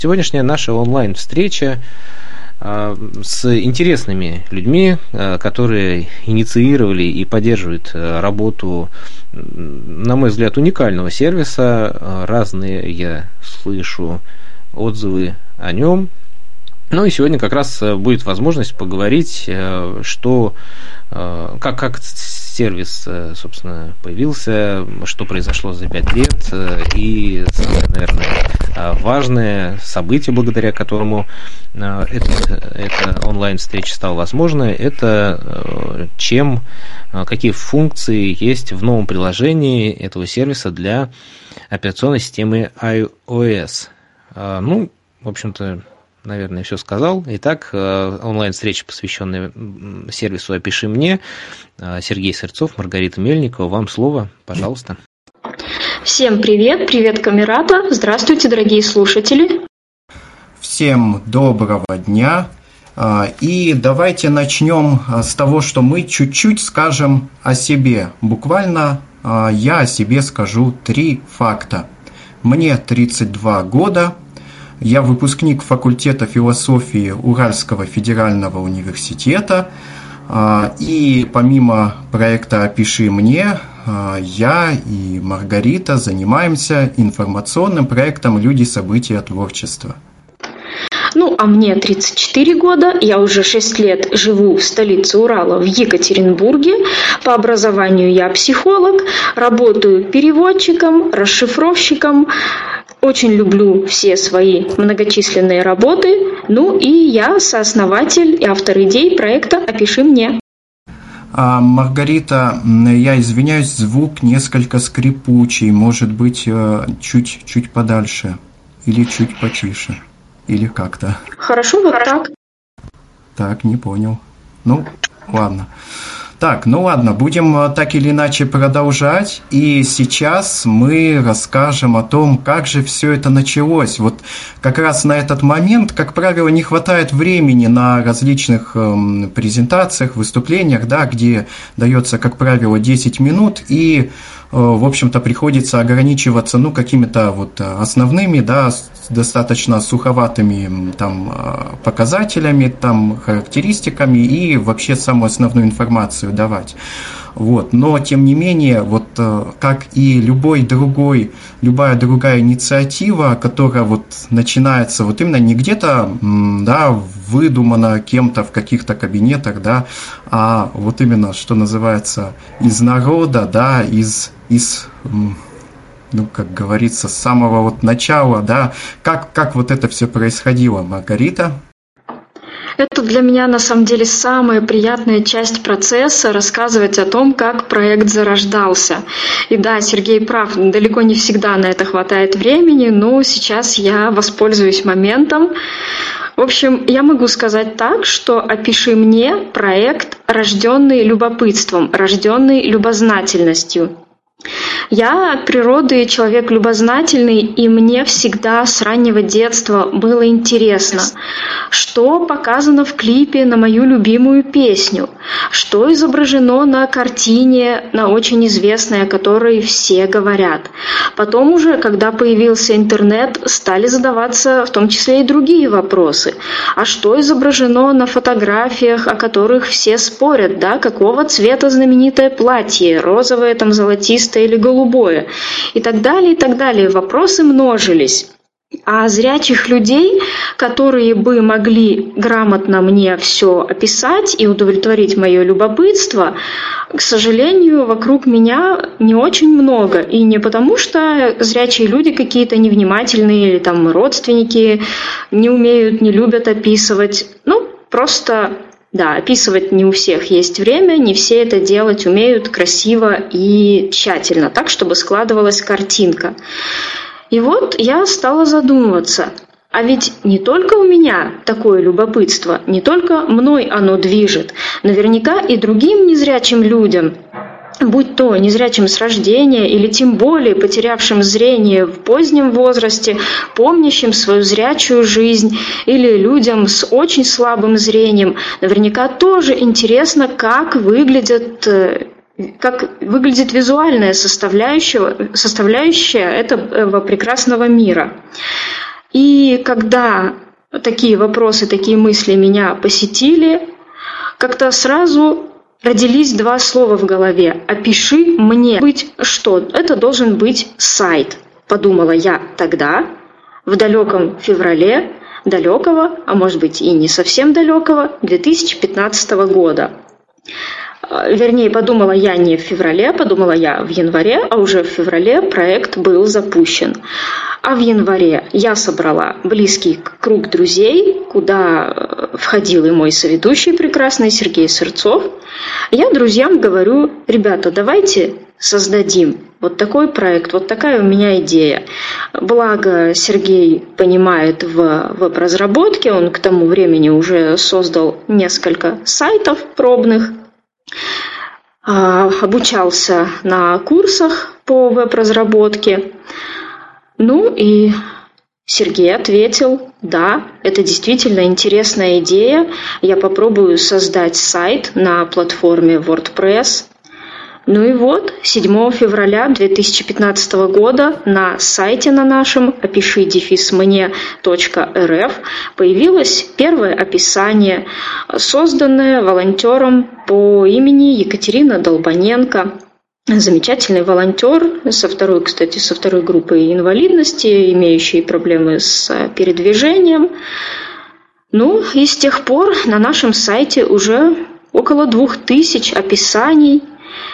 Сегодняшняя наша онлайн-встреча с интересными людьми, которые инициировали и поддерживают работу, на мой взгляд, уникального сервиса. Разные я слышу отзывы о нем. Ну и сегодня как раз будет возможность поговорить, как сервис, собственно, появился, что произошло за 5 лет, и самое, наверное, важное событие, благодаря которому эта онлайн-встреча стала возможной, это какие функции есть в новом приложении этого сервиса для операционной системы iOS. В общем-то, наверное, все сказал. Итак, онлайн-встреча, посвященная сервису «Опиши мне». Сергей Сырцов, Маргарита Мельникова. Вам слово, пожалуйста. Всем привет. Привет, Камерата. Здравствуйте, дорогие слушатели. Всем доброго дня. И давайте начнем с того, что мы чуть-чуть скажем о себе. Буквально я о себе скажу 3 факта. Мне 32 года. Я выпускник факультета философии Уральского федерального университета. И помимо проекта «Опиши мне», я и Маргарита занимаемся информационным проектом «Люди, события, творчество». А мне 34 года, я уже 6 лет живу в столице Урала, в Екатеринбурге. По образованию я психолог, работаю переводчиком, расшифровщиком. Очень люблю все свои многочисленные работы. И я сооснователь и автор идей проекта «Опиши мне». Маргарита, я извиняюсь, звук несколько скрипучий. Может быть, чуть подальше или чуть потише. Или как-то. Хорошо, вот так. Так, не понял. Ладно. Ладно, будем так или иначе продолжать. И сейчас мы расскажем о том, как же все это началось. Вот как раз на этот момент, как правило, не хватает времени на различных презентациях, выступлениях, где дается, как правило, 10 минут, и в общем-то, приходится ограничиваться, какими-то основными, достаточно суховатыми показателями, характеристиками и вообще самую основную информацию давать. Но, тем не менее, как и любая другая инициатива, которая начинается именно не где-то, выдумана кем-то в каких-то кабинетах, а именно, что называется, из народа, как говорится, с самого начала, как это все происходило, Маргарита? Это для меня, на самом деле, самая приятная часть процесса — рассказывать о том, как проект зарождался. И да, Сергей прав, далеко не всегда на это хватает времени, но сейчас я воспользуюсь моментом. В общем, я могу сказать так, что «Опиши мне» — проект, рожденный любопытством, рожденный любознательностью. Я от природы человек любознательный, и мне всегда с раннего детства было интересно, что показано в клипе на мою любимую песню, что изображено на картине, на очень известной, о которой все говорят. Потом уже, когда появился интернет, стали задаваться в том числе и другие вопросы. А что изображено на фотографиях, о которых все спорят, какого цвета знаменитое платье, розовое, золотистое или голубое, и так далее, и так далее. Вопросы множились. А зрячих людей, которые бы могли грамотно мне все описать и удовлетворить мое любопытство, к сожалению, вокруг меня не очень много. И не потому, что зрячие люди какие-то невнимательные или родственники не умеют, не любят описывать. Просто... Да, описывать не у всех есть время, не все это делать умеют красиво и тщательно, так, чтобы складывалась картинка. И я стала задумываться, а ведь не только у меня такое любопытство, не только мной оно движет, наверняка и другим незрячим людям, будь то незрячим с рождения или тем более потерявшим зрение в позднем возрасте, помнящим свою зрячую жизнь, или людям с очень слабым зрением, наверняка тоже интересно, как выглядит визуальная составляющая этого прекрасного мира. И когда такие вопросы, такие мысли меня посетили, как-то сразу родились два слова в голове. «Опиши мне быть что?» Это должен быть сайт, подумала я тогда, в далеком феврале, далекого, а может быть и не совсем далекого, 2015 года. Вернее, подумала я не в феврале, подумала я в январе, а уже в феврале проект был запущен. А в январе я собрала близкий круг друзей, куда входил и мой соведущий прекрасный Сергей Сырцов. Я друзьям говорю: ребята, давайте создадим вот такой проект, вот такая у меня идея. Благо Сергей понимает в веб-разработке, он к тому времени уже создал несколько сайтов пробных, обучался на курсах по веб-разработке. Ну и Сергей ответил: да, это действительно интересная идея, я попробую создать сайт на платформе WordPress. Ну и вот, 7 февраля 2015 года на сайте на нашем опиши-мне.рф появилось первое описание, созданное волонтером по имени Екатерина Долбаненко. Замечательный волонтер со второй группой инвалидности, имеющий проблемы с передвижением. Ну и с тех пор на нашем сайте уже около 2000 описаний,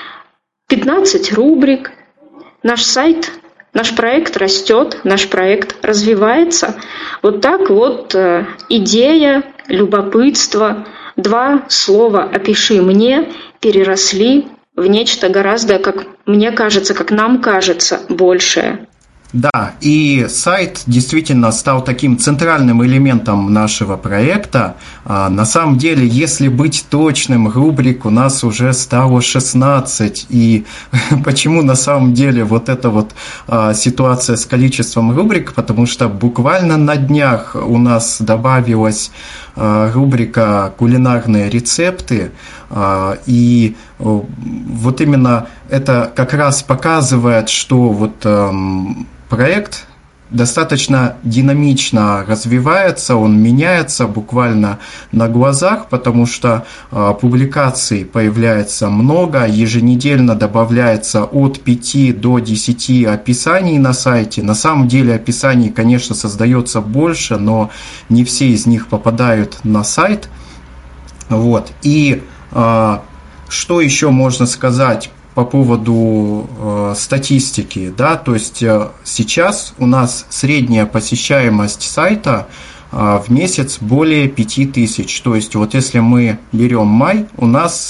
15 рубрик. Наш сайт, наш проект растет, наш проект развивается. Вот так вот идея, любопытство, два слова «опиши мне» переросли в нечто гораздо, как мне кажется, как нам кажется, большее. Да, и сайт действительно стал таким центральным элементом нашего проекта. На самом деле, если быть точным, рубрик у нас уже стало 16. И почему на самом деле вот эта вот ситуация с количеством рубрик? Потому что буквально на днях у нас добавилась рубрика «Кулинарные рецепты». И вот именно это как раз показывает, что вот проект достаточно динамично развивается, он меняется буквально на глазах, потому что публикаций появляется много, еженедельно добавляется от 5 до 10 описаний на сайте. На самом деле описаний, конечно, создается больше, но не все из них попадают на сайт. Вот. И что еще можно сказать по поводу статистики, да, то есть сейчас у нас средняя посещаемость сайта в месяц более 5000, то есть вот если мы берем май, у нас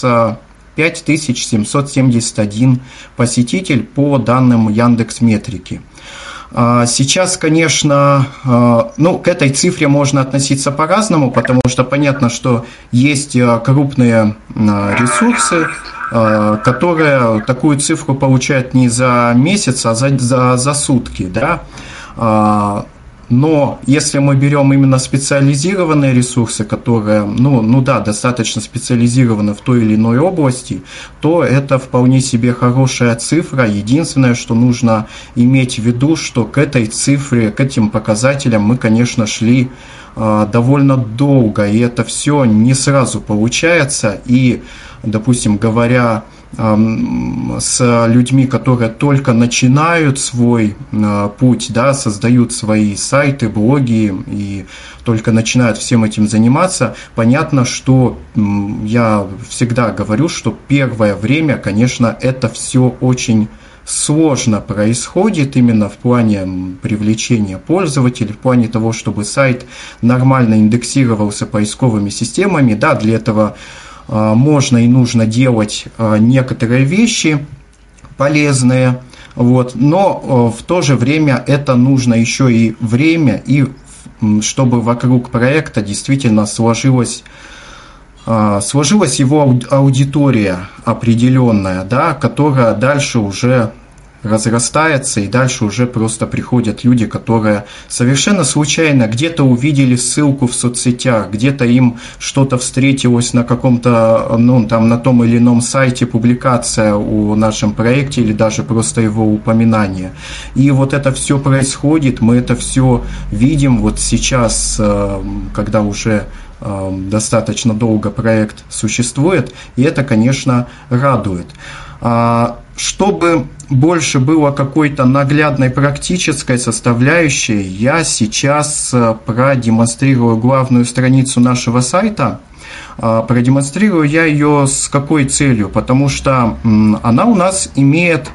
5771 посетитель по данным Яндекс.Метрики. Сейчас, конечно, к этой цифре можно относиться по-разному, потому что понятно, что есть крупные ресурсы, которые такую цифру получают не за месяц, а за сутки, да. Но если мы берем именно специализированные ресурсы, которые, достаточно специализированы в той или иной области, то это вполне себе хорошая цифра. Единственное, что нужно иметь в виду, что к этой цифре, к этим показателям мы, конечно, шли довольно долго, и это все не сразу получается. И, допустим, говоря с людьми, которые только начинают свой путь, да, создают свои сайты, блоги и только начинают всем этим заниматься, понятно, что я всегда говорю, что первое время, конечно, это все очень сложно происходит именно в плане привлечения пользователей, в плане того, чтобы сайт нормально индексировался поисковыми системами. Да, для этого можно и нужно делать некоторые вещи полезные, вот, но в то же время это нужно еще и время, и чтобы вокруг проекта действительно сложилась его аудитория определенная, да, которая дальше уже разрастается, и дальше уже просто приходят люди, которые совершенно случайно где-то увидели ссылку в соцсетях, где-то им что-то встретилось на каком-то, на том или ином сайте, публикация о нашем проекте или даже просто его упоминание. И вот это все происходит, мы это все видим вот сейчас, когда уже достаточно долго проект существует, и это, конечно, радует. Чтобы больше было какой-то наглядной практической составляющей, я сейчас продемонстрирую главную страницу нашего сайта. Продемонстрирую я ее с какой целью? Потому что она у нас имеет,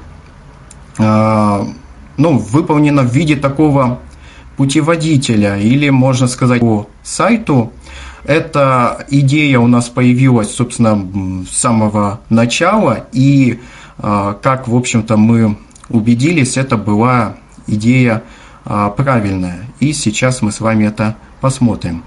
выполнена в виде такого путеводителя, или, можно сказать, по сайту. Эта идея у нас появилась, собственно, с самого начала, и, как, в общем-то, мы убедились, это была идея правильная. И сейчас мы с вами это посмотрим.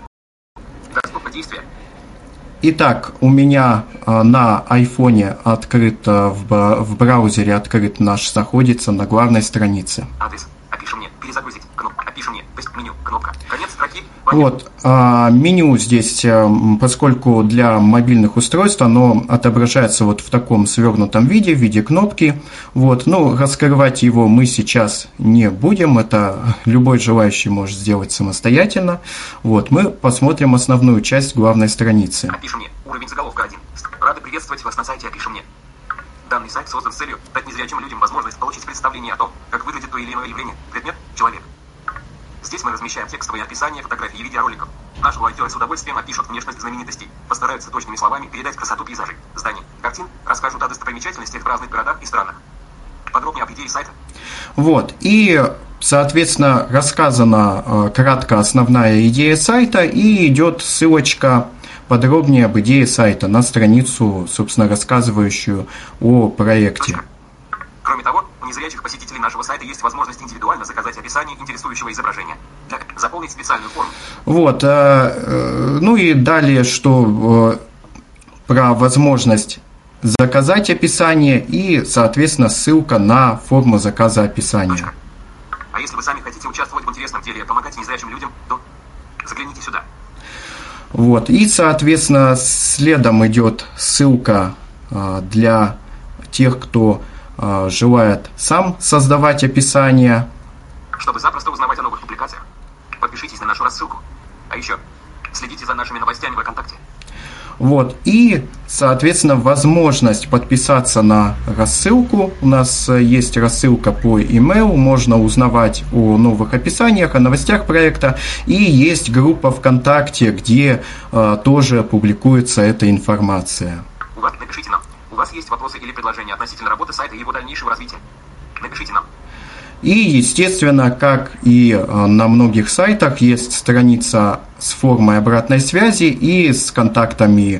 Итак, у меня на айфоне открыт, в браузере открыт находится на главной странице. Адрес. Опиши мне. Перезагрузить. Кнопка. Опиши мне. Меню. Кнопка. Конец строки. Вот, меню здесь, поскольку для мобильных устройств оно отображается вот в таком свернутом виде, в виде кнопки. Вот, раскрывать его мы сейчас не будем, это любой желающий может сделать самостоятельно. Вот, мы посмотрим основную часть главной страницы. Опиши мне. Уровень заголовка 1. Рады приветствовать вас на сайте «Опиши мне». Данный сайт создан с целью дать незрячим людям возможность получить представление о том, как выглядит то или иное явление, предмет, человек. Здесь мы размещаем текстовые описания, фотографии и видеороликов. Наши волонтеры с удовольствием опишут внешность знаменитостей, постараются точными словами передать красоту пейзажей, зданий, картин, расскажут о достопримечательностях в разных городах и странах. Подробнее об идее сайта. Вот, и, соответственно, рассказана кратко основная идея сайта, и идет ссылочка подробнее об идее сайта на страницу, собственно, рассказывающую о проекте. Кроме того, у незрячих посетителей нашего сайта есть возможность индивидуально заказать описание интересующего изображения. Так, заполнить специальную форму. Вот, и далее, что про возможность заказать описание и, соответственно, ссылка на форму заказа описания. А если вы сами хотите участвовать в интересном деле, помогать незрячим людям, то загляните сюда. Вот, и, соответственно, следом идет ссылка для тех, кто желает сам создавать описание. Чтобы запросто узнавать о новых публикациях, подпишитесь на нашу рассылку. А еще следите за нашими новостями в ВКонтакте. Вот, и, соответственно, возможность подписаться на рассылку. У нас есть рассылка по email, можно узнавать о новых описаниях, о новостях проекта. И есть группа ВКонтакте, где тоже публикуется эта информация. Напишите нам. У вас есть вопросы или предложения относительно работы сайта и его дальнейшего развития? Напишите нам. И, естественно, как и на многих сайтах, есть страница с формой обратной связи и с контактами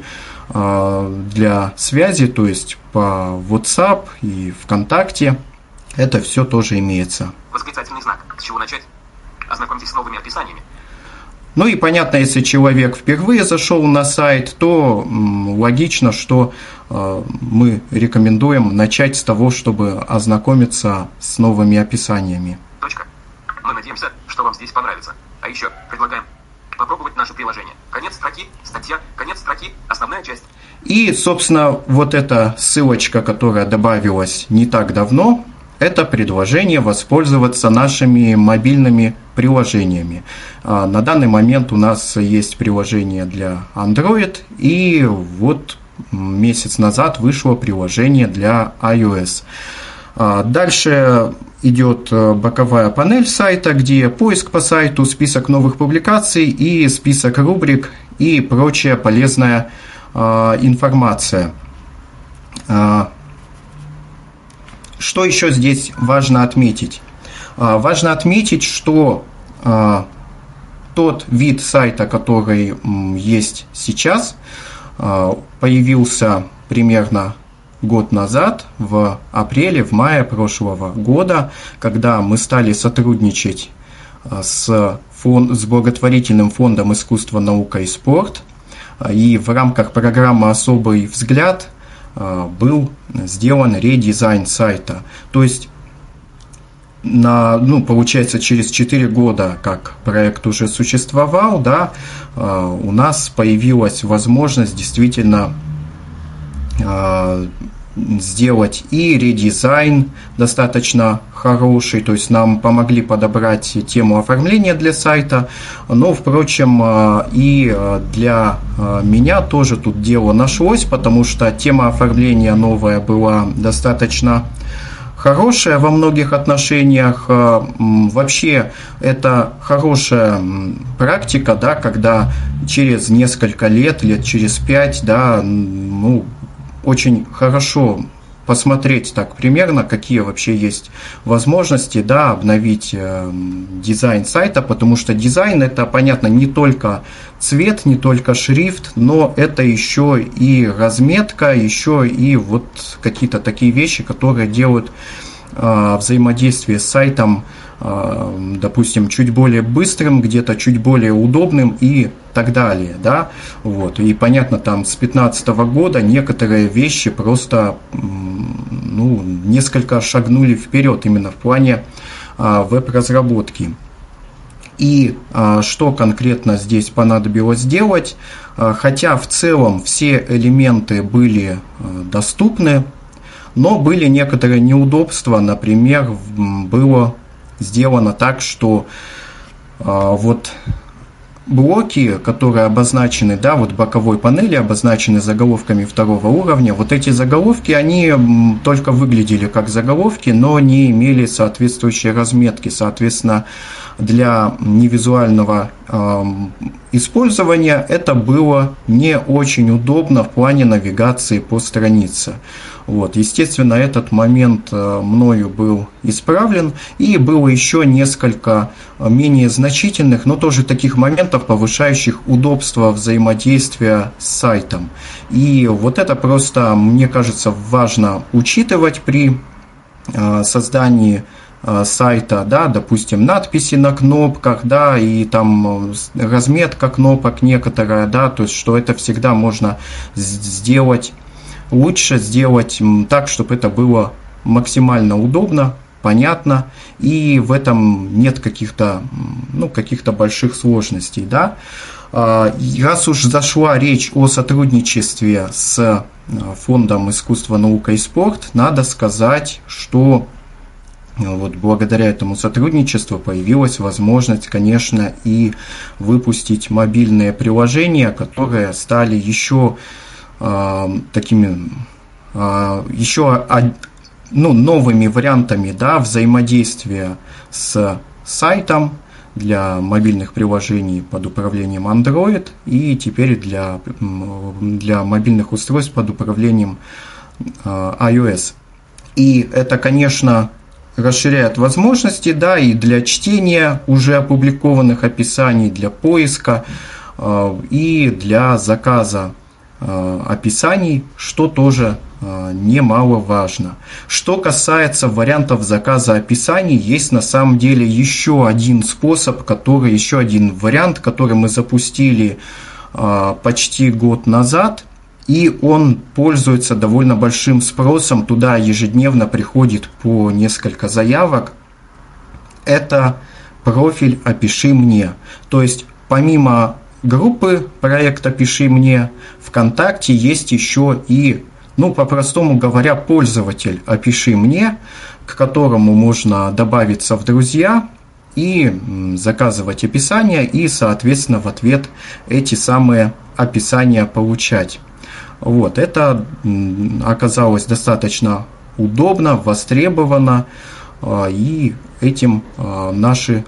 для связи, то есть по WhatsApp и ВКонтакте. Это все тоже имеется. Восклицательный знак. С чего начать? Ознакомьтесь с новыми описаниями. Ну и понятно, если человек впервые зашел на сайт, то логично, что мы рекомендуем начать с того, чтобы ознакомиться с новыми описаниями. Точка. Мы надеемся, что вам здесь понравится. А еще предлагаем попробовать наше приложение. Конец строки, статья, конец строки, основная часть. И, собственно, вот эта ссылочка, которая добавилась не так давно, это предложение воспользоваться нашими мобильными приложениями. На данный момент у нас есть приложение для Android, и вот месяц назад вышло приложение для iOS. Дальше идет боковая панель сайта, где поиск по сайту, список новых публикаций и список рубрик и прочая полезная информация. Что еще здесь важно отметить? Важно отметить, что тот вид сайта, который есть сейчас, появился примерно год назад, в апреле, в мае прошлого года, когда мы стали сотрудничать с благотворительным фондом «Искусство, наука и спорт». И в рамках программы «Особый взгляд» был сделан редизайн сайта. То есть получается, через 4 года, как проект уже существовал, да, у нас появилась возможность действительно сделать и редизайн достаточно хороший, то есть нам помогли подобрать тему оформления для сайта, но, впрочем, и для меня тоже тут дело нашлось, потому что тема оформления новая была достаточно хорошая во многих отношениях. Вообще это хорошая практика, да, когда через несколько лет через 5, да, очень хорошо посмотреть так примерно, какие вообще есть возможности, да, обновить дизайн сайта, потому что дизайн — это, понятно, не только цвет, не только шрифт, но это еще и разметка, еще и вот какие-то такие вещи, которые делают взаимодействие с сайтом, допустим, чуть более быстрым, где-то чуть более удобным и так далее, да, вот, и понятно, там с 2015 года некоторые вещи просто, несколько шагнули вперед именно в плане веб-разработки. И что конкретно здесь понадобилось сделать, хотя в целом все элементы были доступны, но были некоторые неудобства, например, было сделано так, что вот блоки, которые обозначены, да, вот боковой панели обозначены заголовками 2 уровня, вот эти заголовки, они только выглядели как заголовки, но не имели соответствующей разметки, соответственно, для невизуального использования это было не очень удобно в плане навигации по странице. Вот, естественно, этот момент мною был исправлен, и было еще несколько менее значительных, но тоже таких моментов, повышающих удобство взаимодействия с сайтом. И вот это просто, мне кажется, важно учитывать при создании сайта, да, допустим, надписи на кнопках, да, и там разметка кнопок некоторая, да, то есть, что это всегда можно сделать. Лучше сделать так, чтобы это было максимально удобно, понятно, и в этом нет каких-то больших сложностей, да. Раз уж зашла речь о сотрудничестве с Фондом искусства, наука и спорт, надо сказать, что вот благодаря этому сотрудничеству появилась возможность, конечно, и выпустить мобильные приложения, которые стали еще такими новыми вариантами, да, взаимодействия с сайтом для мобильных приложений под управлением Android и теперь для мобильных устройств под управлением iOS. И это, конечно, расширяет возможности, да, и для чтения уже опубликованных описаний, для поиска и для заказа описаний, что тоже немаловажно. Что касается вариантов заказа описаний, есть на самом деле еще один вариант, который мы запустили почти год назад, и он пользуется довольно большим спросом, туда ежедневно приходит по несколько заявок. Это профиль «Опиши мне». То есть помимо группы проекта «Пиши мне», ВКонтакте есть еще и, по-простому говоря, пользователь «Опиши мне», к которому можно добавиться в друзья и заказывать описания, и, соответственно, в ответ эти самые описания получать. Вот, это оказалось достаточно удобно, востребовано, и этим наши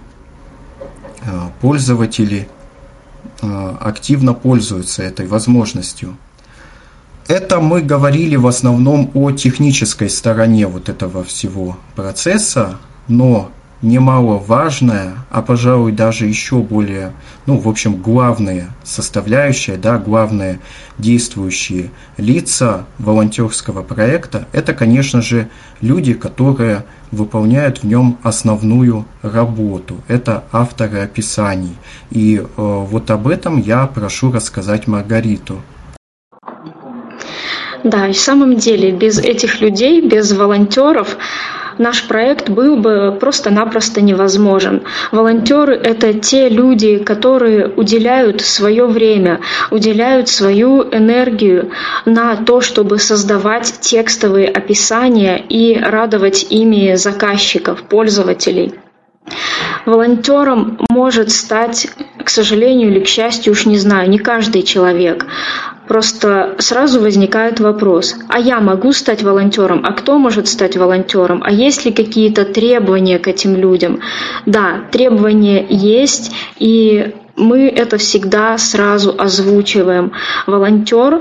пользователи активно пользуются этой возможностью. Это мы говорили в основном о технической стороне вот этого всего процесса, но немаловажная, а пожалуй даже еще более, главная составляющая, да, главные действующие лица волонтерского проекта, это, конечно же, люди, которые выполняют в нем основную работу. Это авторы описаний. И вот об этом я прошу рассказать Маргариту. Да, и в самом деле без этих людей, без волонтеров, наш проект был бы просто-напросто невозможен. Волонтеры — это те люди, которые уделяют свое время, уделяют свою энергию на то, чтобы создавать текстовые описания и радовать ими заказчиков, пользователей. Волонтером может стать, к сожалению или к счастью, уж не знаю, не каждый человек. Просто сразу возникает вопрос: а я могу стать волонтером? А кто может стать волонтером? А есть ли какие-то требования к этим людям? Да, требования есть, и мы это всегда сразу озвучиваем. Волонтер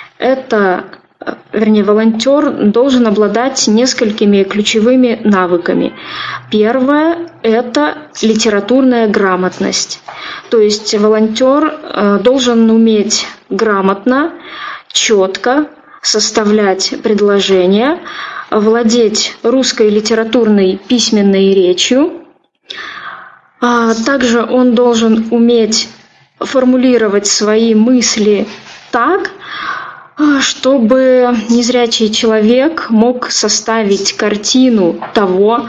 должен обладать несколькими ключевыми навыками. Первое — это литературная грамотность. То есть волонтер должен уметь грамотно, четко составлять предложения, владеть русской литературной письменной речью. Также он должен уметь формулировать свои мысли так, чтобы незрячий человек мог составить картину того,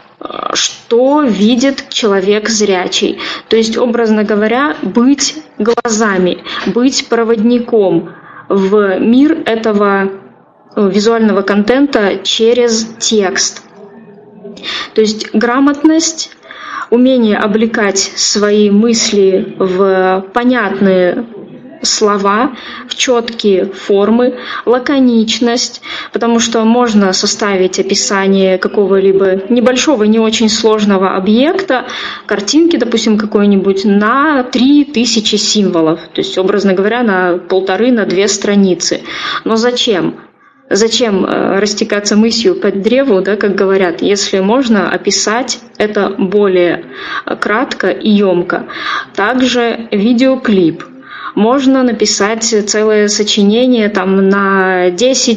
что видит человек зрячий. То есть, образно говоря, быть глазами, быть проводником в мир этого визуального контента через текст. То есть грамотность, умение облекать свои мысли в понятные слова, в четкие формы, лаконичность, потому что можно составить описание какого-либо небольшого, не очень сложного объекта, картинки, допустим, какой-нибудь, на 3000 символов, то есть, образно говоря, на 1,5-2 страницы. Но зачем? Зачем растекаться мысью по древу, да, как говорят, если можно описать это более кратко и емко. Также видеоклип. Можно написать целое сочинение там, на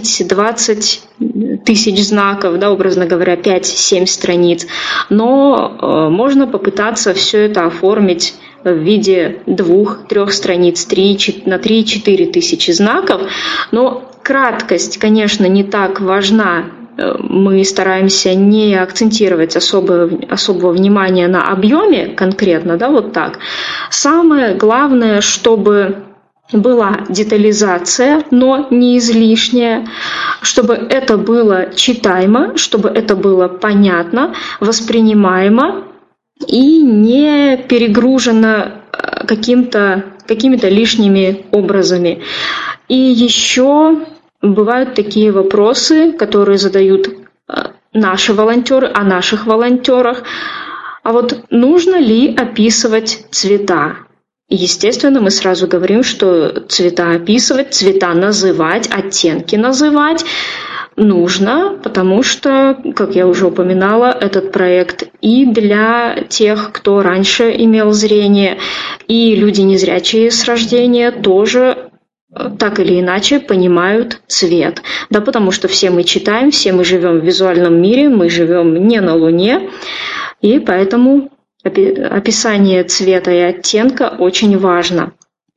10-20 тысяч знаков, да, образно говоря, 5-7 страниц. Но можно попытаться все это оформить в виде 2-3 страниц, на 3-4 тысячи знаков. Но краткость, конечно, не так важна. Мы стараемся не акцентировать особого внимания на объеме конкретно, да, вот так. Самое главное, чтобы была детализация, но не излишняя, чтобы это было читаемо, чтобы это было понятно, воспринимаемо и не перегружено какими-то лишними образами. И еще бывают такие вопросы, которые задают наши волонтеры о наших волонтерах. А вот нужно ли описывать цвета? Естественно, мы сразу говорим, что цвета описывать, цвета называть, оттенки называть нужно, потому что, как я уже упоминала, этот проект и для тех, кто раньше имел зрение, и люди незрячие с рождения тоже так или иначе понимают цвет. Да, потому что все мы читаем, все мы живем в визуальном мире, мы живем не на Луне, и поэтому описание цвета и оттенка очень важно.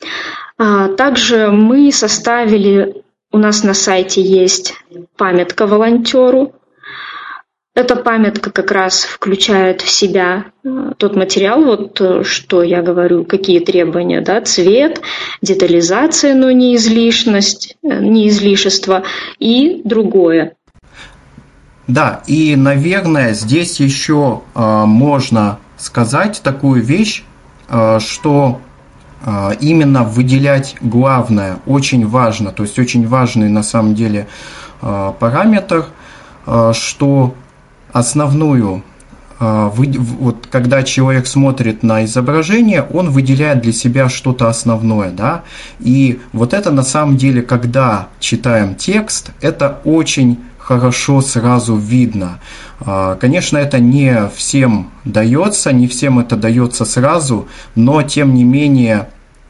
Также мы составили, у нас на сайте есть памятка волонтеру. Эта памятка как раз включает в себя тот материал, вот что я говорю, какие требования, да, цвет, детализация, но не излишество и другое. Да, и, наверное, здесь еще можно сказать такую вещь, что именно выделять главное очень важно, то есть очень важный на самом деле параметр, что основную, вот когда человек смотрит на изображение, он выделяет для себя что-то основное, да, и вот это на самом деле, когда читаем текст, это очень хорошо сразу видно. Конечно, это не всем дается, не всем это дается сразу, но тем не менее,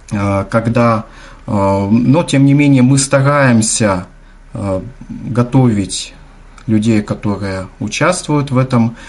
мы стараемся готовить людей, которые участвуют в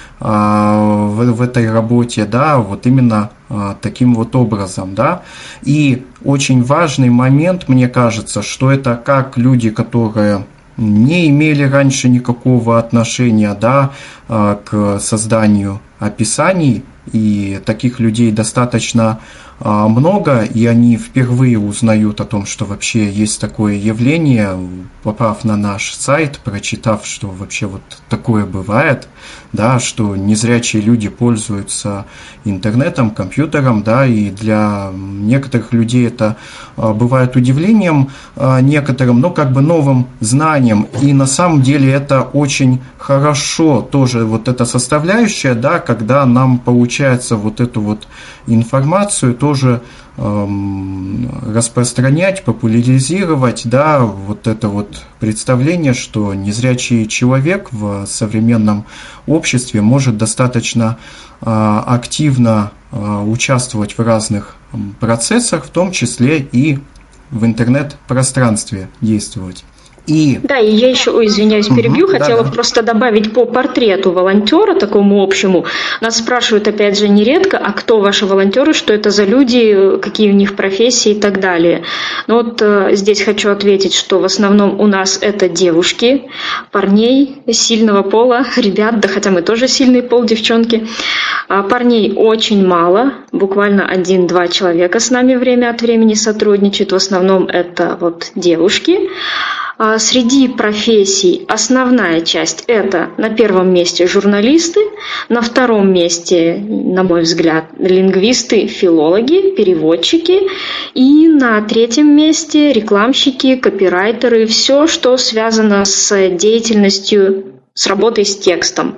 этой работе, да, вот именно таким вот образом, да. И очень важный момент, мне кажется, что это как люди, которые не имели раньше никакого отношения, да, к созданию описаний, и таких людей достаточно много, и они впервые узнают о том, что вообще есть такое явление, попав на наш сайт, прочитав, что вообще вот такое бывает, да, что незрячие люди пользуются интернетом, компьютером, да, и для некоторых людей это бывает удивлением некоторым, но как бы новым знанием, и на самом деле это очень хорошо, тоже вот эта составляющая, да, когда нам получается вот эту вот информацию тоже распространять, популяризировать, да, вот это вот представление, что незрячий человек в современном обществе может достаточно активно участвовать в разных процессах, в том числе и в интернет-пространстве действовать. Да, и я еще, извиняюсь, перебью, хотела просто добавить по портрету волонтера, такому общему. Нас спрашивают, опять же, нередко, а кто ваши волонтеры, что это за люди, какие у них профессии и так далее. Но вот здесь хочу ответить, что в основном у нас это девушки, парней сильного пола, ребят, да хотя мы тоже сильный пол, девчонки. Парней очень мало, буквально 1-2 человека с нами время от времени сотрудничают, в основном это вот девушки. Среди профессий основная часть – это на первом месте журналисты, на втором месте, на мой взгляд, лингвисты, филологи, переводчики, и на третьем месте рекламщики, копирайтеры, все, что связано с деятельностью, с работой с текстом.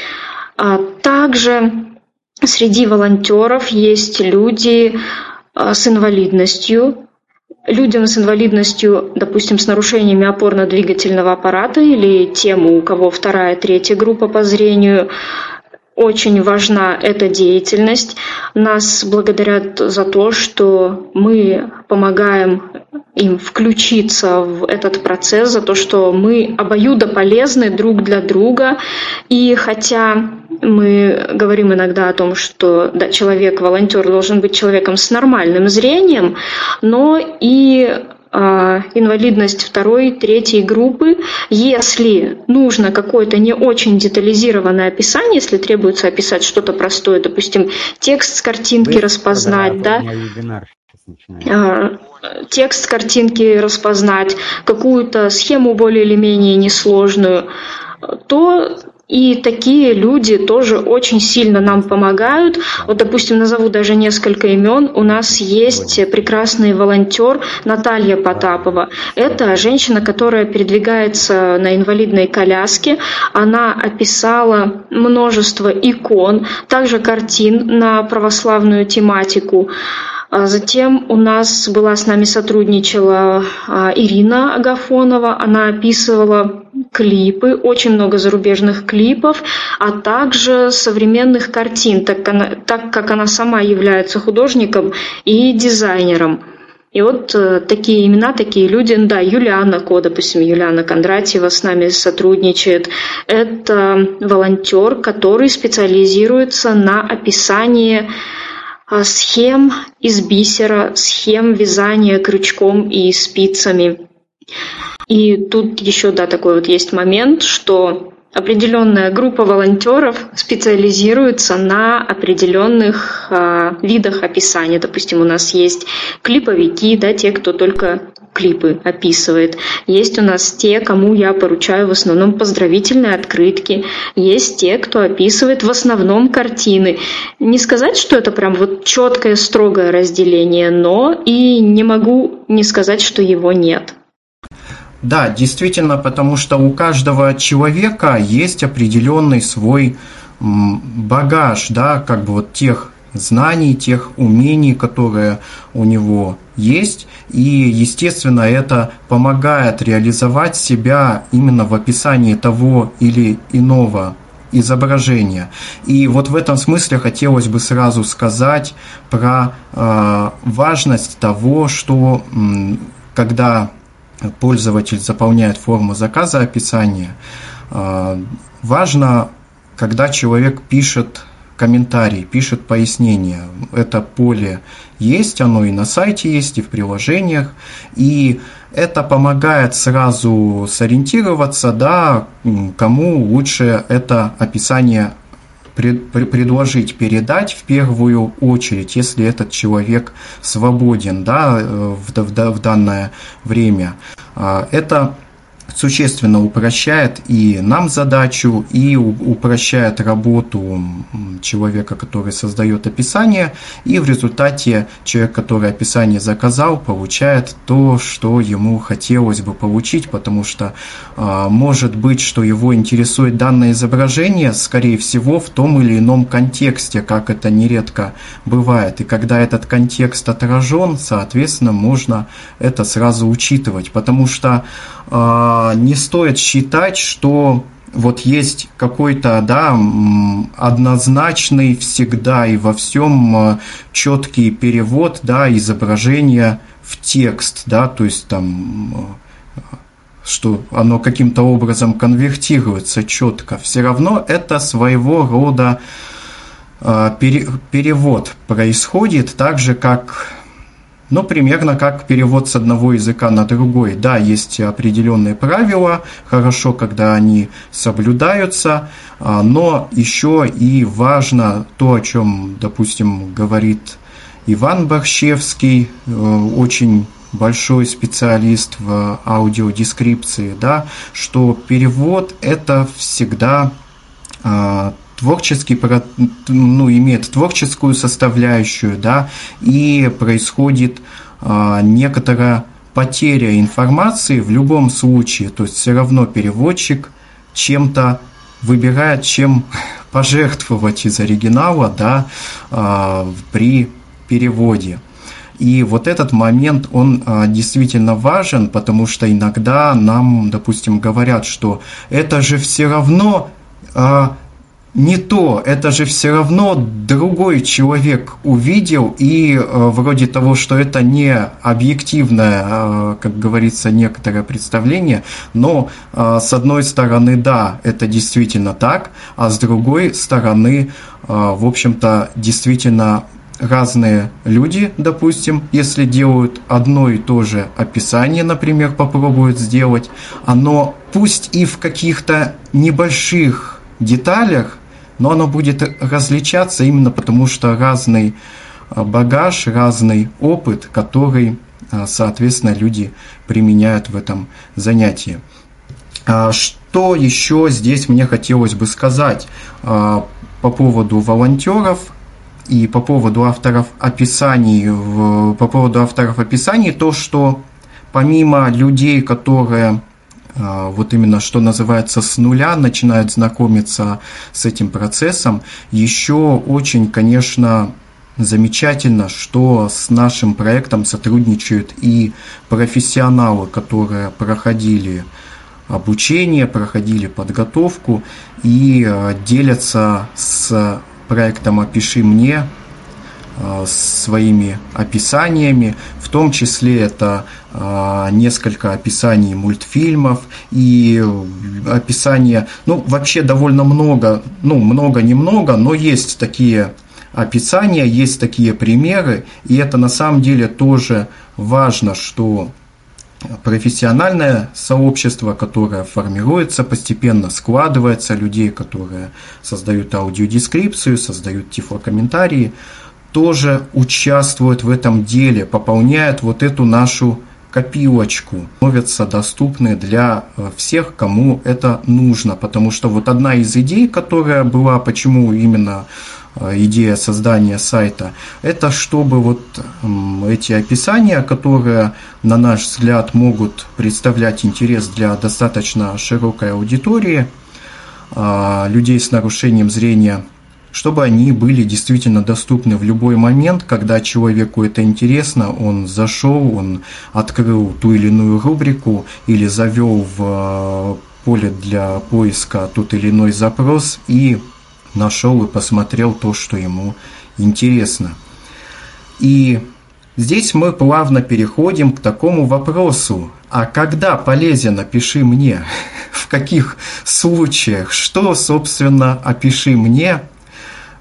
Также среди волонтеров есть люди с инвалидностью. Людям с инвалидностью, допустим, с нарушениями опорно-двигательного аппарата или тем, у кого 2-3 группа по зрению, очень важна эта деятельность. Нас благодарят за то, что мы помогаем им включиться в этот процесс, за то, что мы обоюдополезны друг для друга. И хотя мы говорим иногда о том, что да, человек-волонтер должен быть человеком с нормальным зрением, но и инвалидность 2-3 группы, если нужно какое-то не очень детализированное описание, если требуется описать что-то простое, допустим, текст с картинки распознать, да, текст с картинки распознать, какую-то схему более или менее несложную, то и такие люди тоже очень сильно нам помогают. Вот, допустим, назову даже несколько имен. У нас есть прекрасный волонтер Наталья Потапова. Это женщина, которая передвигается на инвалидной коляске. Она описала множество икон, также картин на православную тематику. Затем у нас была с нами сотрудничала Ирина Агафонова. Она описывала клипы, очень много зарубежных клипов, а также современных картин, так как она сама является художником и дизайнером. И вот такие имена, такие люди, да, Юлиана Ко, допустим, Юлиана Кондратьева с нами сотрудничает. Это волонтер, который специализируется на описании схем из бисера, схем вязания крючком и спицами. И тут еще, да, такой вот есть момент, что определенная группа волонтеров специализируется на определенных видах описания. Допустим, у нас есть клиповики, да, те, кто только клипы описывает. Есть у нас те, кому я поручаю в основном поздравительные открытки. Есть те, кто описывает в основном картины. Не сказать, что это прям вот четкое, строгое разделение, но и не могу не сказать, что его нет. Да, действительно, потому что у каждого человека есть определенный свой багаж, да, как бы вот тех знаний, тех умений, которые у него есть, и, естественно, это помогает реализовать себя именно в описании того или иного изображения. И вот в этом смысле хотелось бы сразу сказать про важность того, что когда пользователь заполняет форму заказа описания, важно, когда человек пишет комментарий, пишет пояснение. Это поле есть, оно и на сайте есть, и в приложениях, и это помогает сразу сориентироваться, да, кому лучше это описание предложить, передать в первую очередь, если этот человек свободен, да, в данное время. Это существенно упрощает и нам задачу, и упрощает работу человека, который создает описание, и в результате человек, который описание заказал, получает то, что ему хотелось бы получить, потому что может быть, что его интересует данное изображение, скорее всего, в том или ином контексте, как это нередко бывает. И когда этот контекст отражен, соответственно, можно это сразу учитывать, потому что не стоит считать, что вот есть какой-то, да, однозначный всегда и во всем четкий перевод, да, изображения в текст, да, то есть там, что оно каким-то образом конвертируется четко. Все равно это своего рода перевод происходит, так же как... Но примерно как перевод с одного языка на другой. Да, есть определенные правила, хорошо, когда они соблюдаются, но еще и важно то, о чем, допустим, говорит Иван Борщевский, очень большой специалист в аудиодескрипции, да, что перевод – это всегда имеет творческую составляющую, да, и происходит некоторая потеря информации в любом случае, то есть все равно переводчик чем-то выбирает, чем пожертвовать из оригинала, да, при переводе. И вот этот момент, он действительно важен, потому что иногда нам, допустим, говорят, что это же все равно... не то, это же все равно другой человек увидел, и вроде того, что это не объективное, как говорится, некоторое представление, но с одной стороны, да, это действительно так, а с другой стороны, в общем-то, действительно разные люди, допустим, если делают одно и то же описание, например, попробуют сделать, оно пусть и в каких-то небольших деталях, но оно будет различаться именно потому, что разный багаж, разный опыт, который, соответственно, люди применяют в этом занятии. Что еще здесь мне хотелось бы сказать по поводу волонтеров и по поводу авторов описаний, то, что помимо людей, которые... вот именно, что называется, с нуля начинают знакомиться с этим процессом. Еще очень, конечно, замечательно, что с нашим проектом сотрудничают и профессионалы, которые проходили обучение, проходили подготовку и делятся с проектом «Опиши мне» своими описаниями, в том числе это несколько описаний мультфильмов и описания, вообще довольно много, много-немного, но есть такие описания, есть такие примеры, и это на самом деле тоже важно, что профессиональное сообщество, которое формируется, постепенно складывается, людей, которые создают аудиодескрипцию, создают тифлокомментарии, тоже участвуют в этом деле, пополняют вот эту нашу копилочку, становятся доступны для всех, кому это нужно. Потому что вот одна из идей, которая была, почему именно идея создания сайта, это чтобы вот эти описания, которые, на наш взгляд, могут представлять интерес для достаточно широкой аудитории, людей с нарушением зрения, чтобы они были действительно доступны в любой момент, когда человеку это интересно, он зашел, он открыл ту или иную рубрику или завел в поле для поиска тот или иной запрос и нашел и посмотрел то, что ему интересно. И здесь мы плавно переходим к такому вопросу: а когда полезен «Опиши мне»? В каких случаях? Что, собственно, «Опиши мне»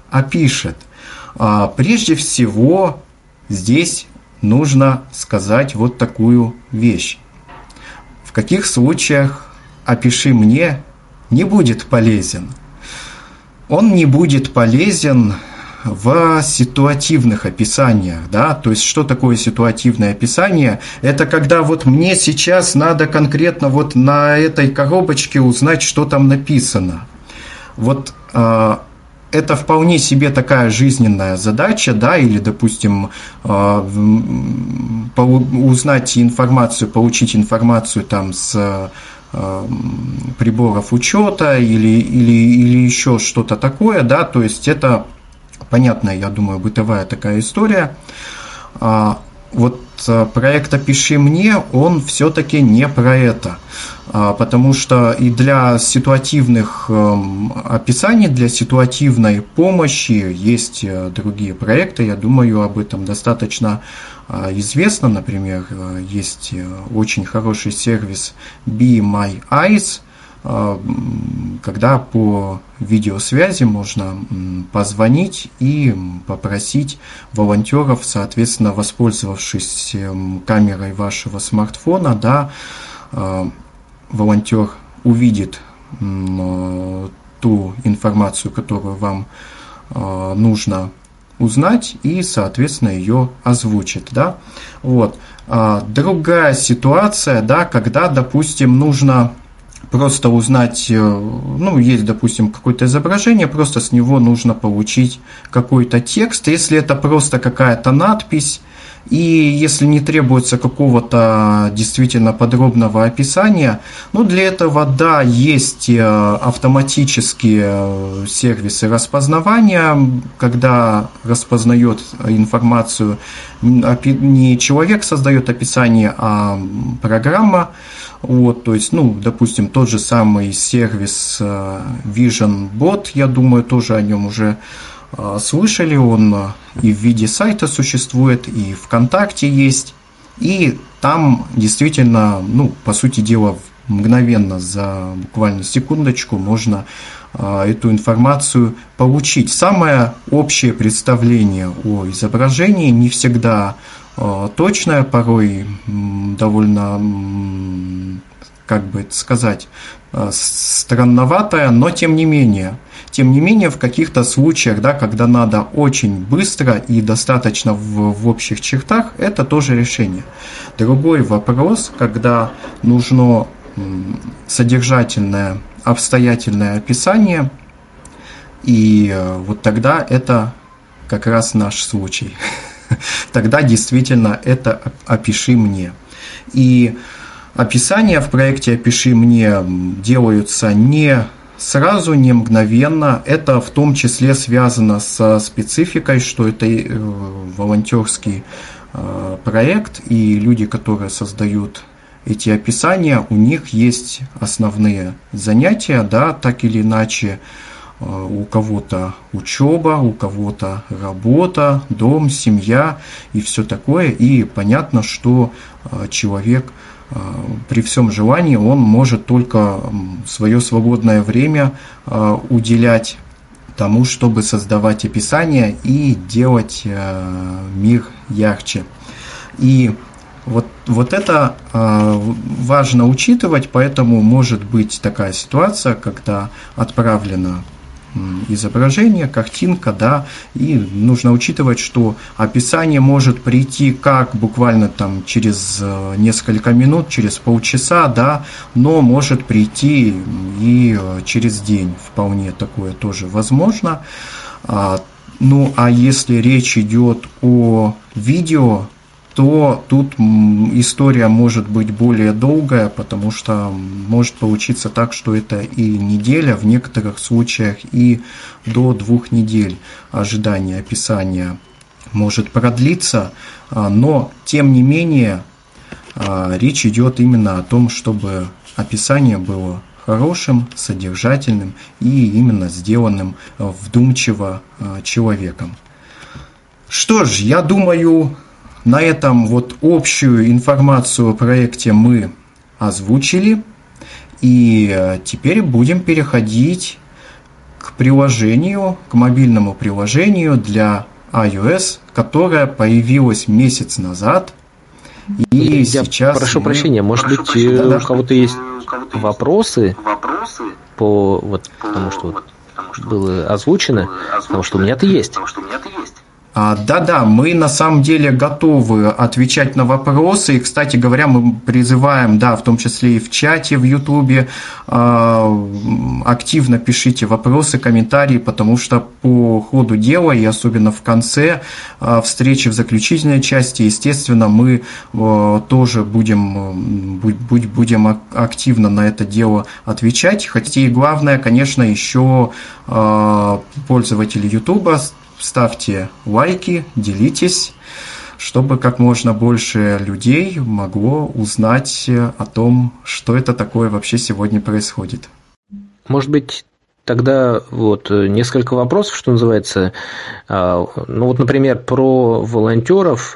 опишет? Прежде всего, здесь нужно сказать вот такую вещь. В каких случаях «опиши мне» не будет полезен? Он не будет полезен в ситуативных описаниях, да, то есть что такое ситуативное описание? Это когда вот мне сейчас надо конкретно вот на этой коробочке узнать, что там написано. Вот это вполне себе такая жизненная задача, да, или, допустим, узнать информацию, получить информацию там с приборов учета или еще что-то такое, да, то есть это понятная, я думаю, бытовая такая история. Вот проект «Опиши мне», он все-таки не про это, потому что и для ситуативных описаний, для ситуативной помощи есть другие проекты, я думаю, об этом достаточно известно. Например, есть очень хороший сервис Be My Eyes, когда по видеосвязи можно позвонить и попросить волонтеров, соответственно, воспользовавшись камерой вашего смартфона, да, волонтер увидит ту информацию, которую вам нужно узнать, и, соответственно, ее озвучит, да. Вот. Другая ситуация, да, когда, допустим, нужно просто узнать, ну, есть, допустим, какое-то изображение, просто с него нужно получить какой-то текст. Если это просто какая-то надпись, и если не требуется какого-то действительно подробного описания, ну, для этого, да, есть автоматические сервисы распознавания, когда распознает информацию не человек создает описание, а программа. Вот, то есть, ну, допустим, тот же самый сервис Vision Bot, я думаю, тоже о нем уже слышали, он и в виде сайта существует, и ВКонтакте есть, и там действительно, ну, по сути дела, мгновенно, за буквально секундочку можно эту информацию получить. Самое общее представление о изображении не всегда точное, порой довольно, как бы это сказать, странноватое, но тем не менее, в каких-то случаях, да, когда надо очень быстро и достаточно в общих чертах, это тоже решение. Другой вопрос, когда нужно содержательное, обстоятельное описание, и вот тогда это как раз наш случай. Тогда действительно это «Опиши мне». И описания в проекте «Опиши мне» делаются не сразу, не мгновенно. Это в том числе связано со спецификой, что это волонтерский проект, и люди, которые создают эти описания, у них есть основные занятия, да, так или иначе. У кого-то учеба, у кого-то работа, дом, семья и все такое. И понятно, что человек при всем желании, он может только свое свободное время уделять тому, чтобы создавать описания и делать мир ярче. И вот это важно учитывать, поэтому может быть такая ситуация, когда отправлено изображение, картинка, да, и нужно учитывать, что описание может прийти как буквально там через несколько минут, через полчаса, да, но может прийти и через день, вполне такое тоже возможно. Ну, а если речь идет о видео, то тут история может быть более долгая, потому что может получиться так, что это и неделя, в некоторых случаях и до 2 недель ожидания описания может продлиться, но тем не менее речь идет именно о том, чтобы описание было хорошим, содержательным и именно сделанным вдумчиво человеком. Что ж, я думаю, на этом вот общую информацию о проекте мы озвучили, и теперь будем переходить к приложению, к мобильному приложению для iOS, которое появилось месяц назад. И я сейчас прошу прощения, может быть, у кого-то есть вопросы по вот тому, что было озвучено, потому что у меня-то есть. Да, мы на самом деле готовы отвечать на вопросы. И, кстати говоря, мы призываем, в том числе и в чате, в Ютубе, активно пишите вопросы, комментарии, потому что по ходу дела, и особенно в конце встречи, в заключительной части, естественно, мы тоже будем активно на это дело отвечать. Хотя и главное, конечно, еще пользователи Ютуба, ставьте лайки, делитесь, чтобы как можно больше людей могло узнать о том, что это такое вообще сегодня происходит. Может быть, тогда несколько вопросов, что называется. Например, про волонтеров.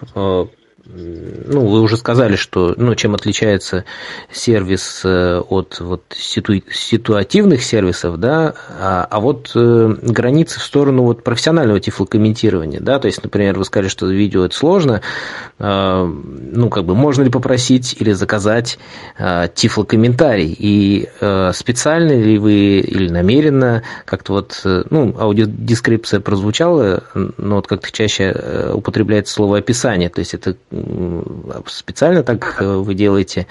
Вы уже сказали, что чем отличается сервис от ситуативных сервисов, границы в сторону профессионального тифлокомментирования, то есть, например, вы сказали, что видео это сложно, можно ли попросить или заказать тифлокомментарий, и специально ли вы или намеренно как-то аудиодескрипция прозвучала, но как-то чаще употребляется слово описание, то есть это специально так вы делаете.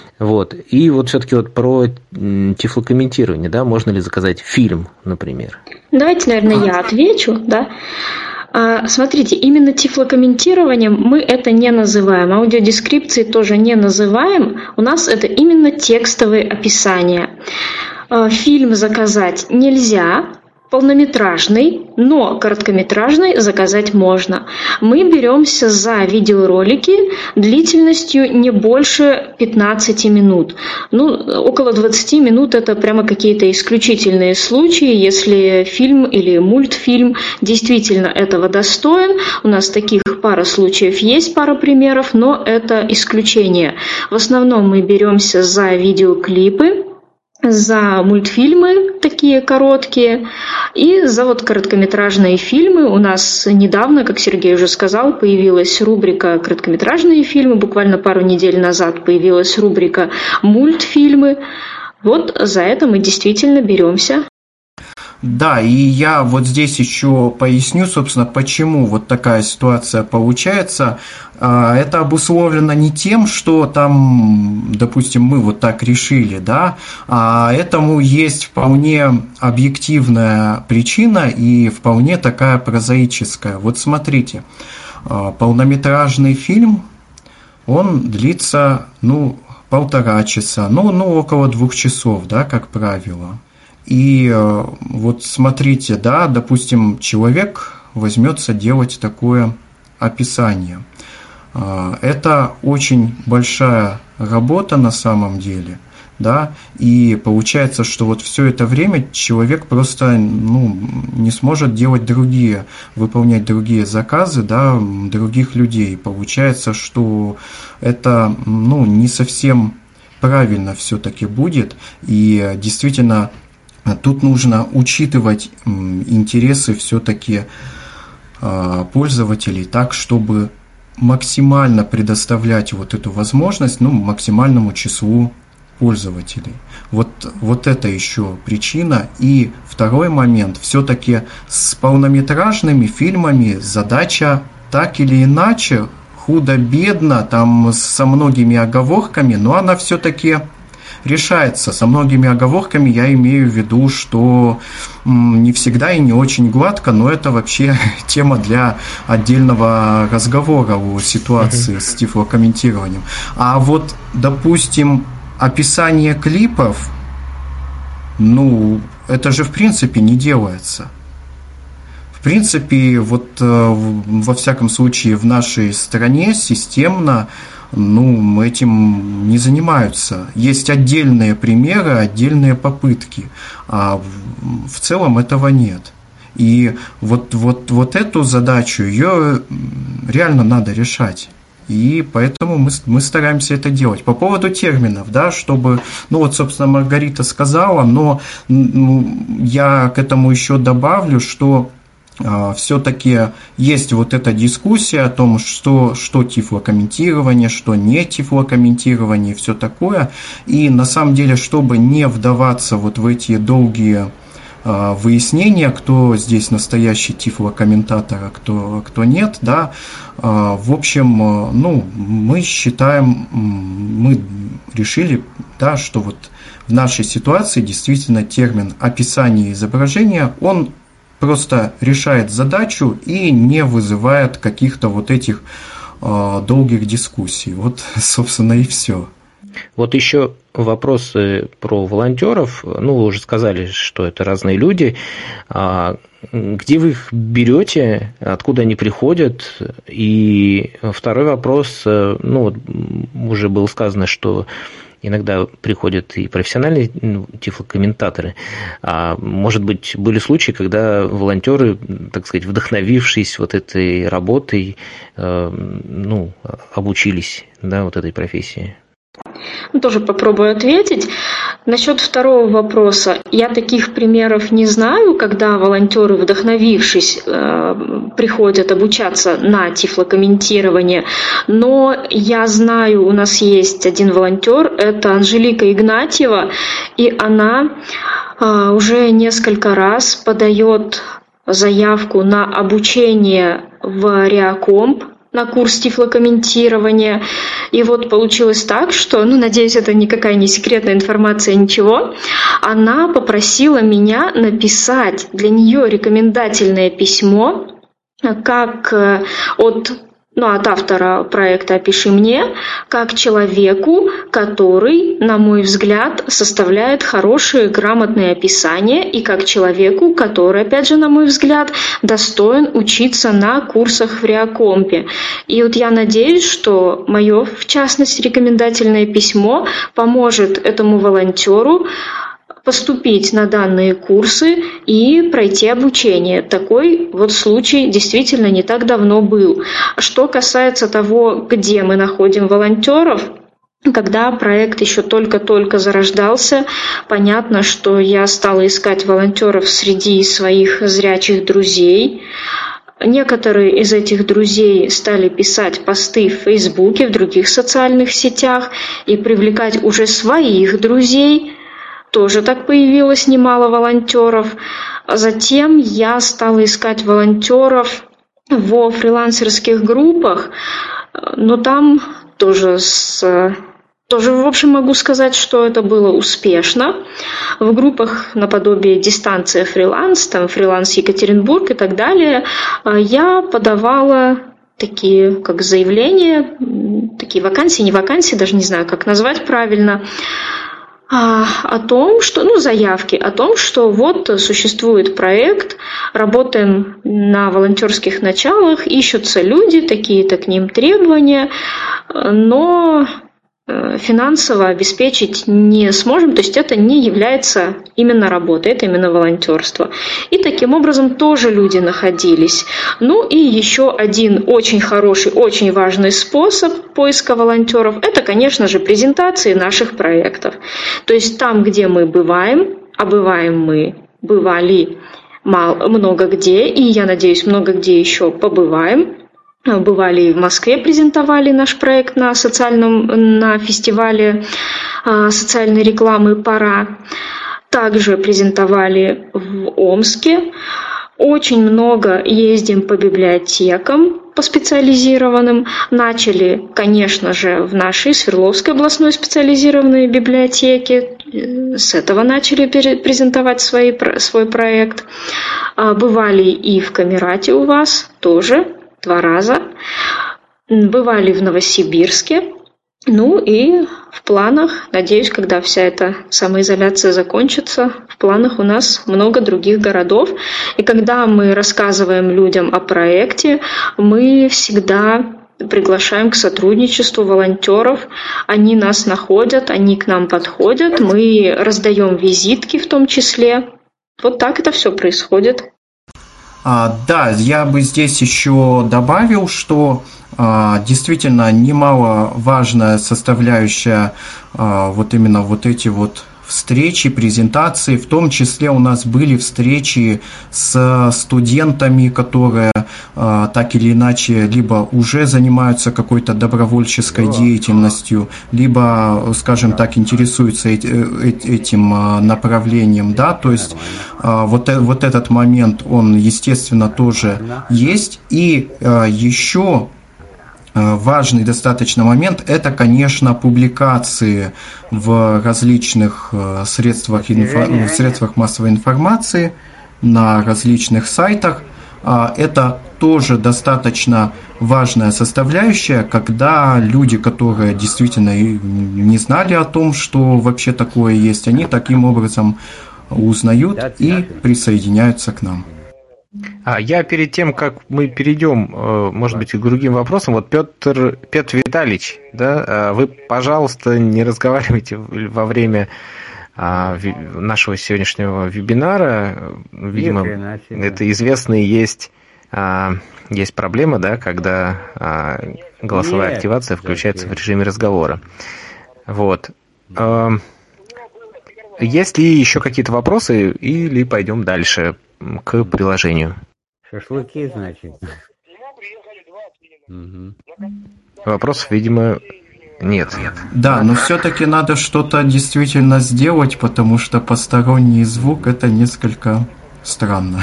И все-таки про тифлокомментирование, можно ли заказать фильм, например? Давайте, наверное, я отвечу, Смотрите, именно тифлокомментированием мы это не называем, аудиодескрипции тоже не называем, у нас это именно текстовые описания. Фильм заказать нельзя, полнометражный, но короткометражный заказать можно. Мы беремся за видеоролики длительностью не больше 15 минут. Около 20 минут это прямо какие-то исключительные случаи, если фильм или мультфильм действительно этого достоин. У нас таких пара случаев есть, пара примеров, но это исключение. В основном мы беремся за видеоклипы, за мультфильмы такие короткие и за короткометражные фильмы. У нас недавно, как Сергей уже сказал, появилась рубрика «Короткометражные фильмы». Буквально пару недель назад появилась рубрика «Мультфильмы». За это мы действительно беремся. Да, и я здесь еще поясню, собственно, почему такая ситуация получается. Это обусловлено не тем, что там, допустим, мы так решили, а этому есть вполне объективная причина и вполне такая прозаическая. Смотрите, полнометражный фильм, он длится, 1,5 часа, около 2 часов, как правило. И смотрите, допустим, человек возьмется делать такое описание. Это очень большая работа на самом деле, и получается, что все это время человек просто не сможет выполнять другие заказы, других людей. Получается, что это не совсем правильно все-таки будет, и действительно тут нужно учитывать интересы все-таки пользователей так, чтобы максимально предоставлять эту возможность максимальному числу пользователей. Это еще причина. И второй момент, все-таки с полнометражными фильмами задача так или иначе, худо-бедно, там со многими оговорками, но она все-таки решается. Со многими оговорками я имею в виду, что не всегда и не очень гладко, но это вообще тема для отдельного разговора о ситуации с тифлокомментированием. А допустим, описание клипов, это же в принципе не делается. В принципе, во всяком случае в нашей стране системно этим не занимаются. Есть отдельные примеры, отдельные попытки, а в целом этого нет. И эту задачу, ее реально надо решать. И поэтому мы стараемся это делать. По поводу терминов, да, чтобы, собственно, Маргарита сказала, но я к этому еще добавлю, что все-таки есть вот эта дискуссия о том, что тифлокомментирование, что не тифлокомментирование и все такое. И на самом деле, чтобы не вдаваться вот в эти долгие выяснения, кто здесь настоящий тифлокомментатор, а кто нет, да, в общем, мы решили, да, что вот в нашей ситуации действительно термин описание изображения, он просто решает задачу и не вызывает каких-то вот этих долгих дискуссий. Вот, собственно, и все. Вот еще вопросы про волонтеров. Вы уже сказали, что это разные люди. Где вы их берете, откуда они приходят? И второй вопрос, уже было сказано, что иногда приходят и профессиональные тифлокомментаторы. Может быть, были случаи, когда волонтеры, так сказать, вдохновившись вот этой работой, обучились, да, вот этой профессии? Тоже попробую ответить. Насчет второго вопроса. Я таких примеров не знаю, когда волонтеры, вдохновившись, приходят обучаться на тифлокомментирование. Но я знаю, у нас есть один волонтер, это Анжелика Игнатьева, и она уже несколько раз подает заявку на обучение в Реакомп, на курс тифлокомментирования. И вот получилось так, что, надеюсь, это никакая не секретная информация, ничего. Она попросила меня написать для нее рекомендательное письмо, как от автора проекта «Опиши мне», как человеку, который, на мой взгляд, составляет хорошие, грамотные описания, и как человеку, который, опять же, на мой взгляд, достоин учиться на курсах в Реакомпе. И вот я надеюсь, что мое, в частности, рекомендательное письмо поможет этому волонтеру поступить на данные курсы и пройти обучение. Такой вот случай действительно не так давно был. Что касается того, где мы находим волонтеров, когда проект еще только-только зарождался, понятно, что я стала искать волонтеров среди своих зрячих друзей. Некоторые из этих друзей стали писать посты в Фейсбуке, в других социальных сетях и привлекать уже своих друзей. Тоже так появилось немало волонтеров. Затем я стала искать волонтеров во фрилансерских группах, но там тоже, в общем, могу сказать, что это было успешно. В группах наподобие «Дистанция фриланс», там «Фриланс Екатеринбург» и так далее, я подавала такие, как заявления, такие вакансии, не вакансии, даже не знаю, как назвать правильно, о том, что, заявки о том, что вот существует проект, работаем на волонтерских началах, ищутся люди, такие-то к ним требования, но финансово обеспечить не сможем, то есть это не является именно работой, это именно волонтерство. И таким образом тоже люди находились. И еще один очень хороший, очень важный способ поиска волонтеров – это, конечно же, презентации наших проектов. То есть там, где мы бываем, а бываем мы, бывали много где, и, я надеюсь, много где еще побываем. Бывали и в Москве, презентовали наш проект на фестивале социальной рекламы «Пора». Также презентовали в Омске. Очень много ездим по библиотекам, по специализированным. Начали, конечно же, в нашей Свердловской областной специализированной библиотеке. С этого начали презентовать свой проект. Бывали и в Камерате у вас тоже. 2 раза. Бывали в Новосибирске. И в планах, надеюсь, когда вся эта самоизоляция закончится, в планах у нас много других городов. И когда мы рассказываем людям о проекте, мы всегда приглашаем к сотрудничеству волонтеров. Они нас находят, они к нам подходят, мы раздаем визитки в том числе. Вот так это все происходит. Да, я бы здесь еще добавил, что действительно немаловажная составляющая вот именно вот эти вот встречи, презентации, в том числе у нас были встречи с студентами, которые так или иначе либо уже занимаются какой-то добровольческой деятельностью, либо, скажем так, интересуются этим направлением, да, то есть вот этот момент, он, естественно, тоже есть, и еще важный достаточно момент – это, конечно, публикации в различных средствах массовой информации, на различных сайтах. Это тоже достаточно важная составляющая, когда люди, которые действительно не знали о том, что вообще такое есть, они таким образом узнают и присоединяются к нам. Я перед тем, как мы перейдем, может быть, к другим вопросам, вот Петр Витальевич, да, вы, пожалуйста, не разговаривайте во время нашего сегодняшнего вебинара. Видимо, это известная есть проблема, да, когда голосовая активация включается в режиме разговора. Вот. Есть ли еще какие-то вопросы, или пойдем дальше к приложению? Шашлыки, значит. Вопросов, видимо, нет. Да, но все-таки надо что-то действительно сделать, потому что посторонний звук – это несколько странно.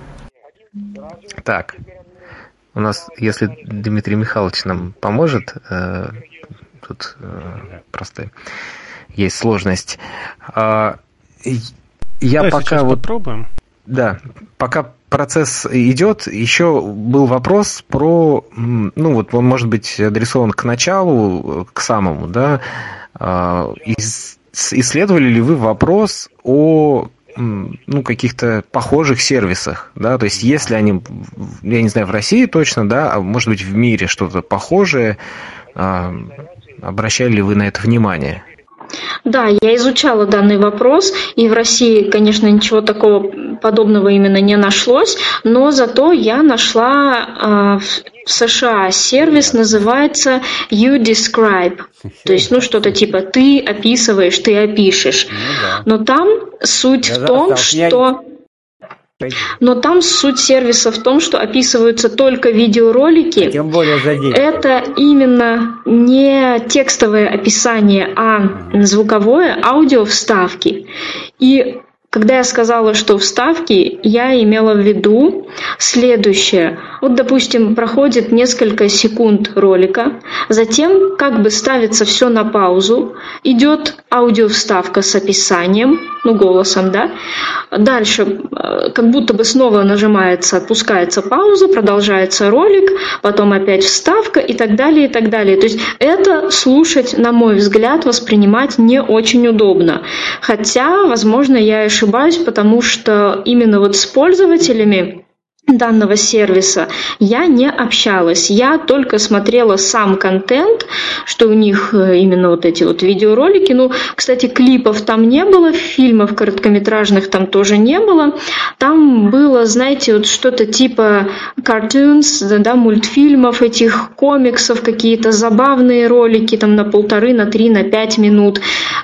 Так, у нас, если Дмитрий Михайлович нам поможет, тут просто есть сложность. Я пока вот попробуем. Да, пока процесс идет, еще был вопрос про, ну вот он может быть адресован к началу, к самому, да, исследовали ли вы вопрос о каких-то похожих сервисах, да, то есть если они, я не знаю, в России точно, да, а может быть в мире что-то похожее, обращали ли вы на это внимание? Да, я изучала данный вопрос, и в России, конечно, ничего такого подобного именно не нашлось, но зато я нашла в США сервис, называется YouDescribe, то есть, что-то типа ты описываешь, ты опишешь. Но там суть в том, что... Но там суть сервиса в том, что описываются только видеоролики. Тем более за день. Это именно не текстовое описание, а звуковое, аудио вставки. И когда я сказала, что вставки, я имела в виду следующее. Вот, допустим, проходит несколько секунд ролика, затем как бы ставится все на паузу, идет аудиовставка с описанием, голосом, да. Дальше как будто бы снова нажимается, отпускается пауза, продолжается ролик, потом опять вставка и так далее, и так далее. То есть это слушать, на мой взгляд, воспринимать не очень удобно. Хотя, возможно, я ошибаюсь, потому что именно вот с пользователями данного сервиса я не общалась, я только смотрела сам контент, что у них именно вот эти вот видеоролики, кстати, клипов там не было, фильмов короткометражных там тоже не было, там было, знаете, вот что-то типа cartoons, да, мультфильмов этих, комиксов, какие-то забавные ролики там на 1,5, на 3, на 5 минут,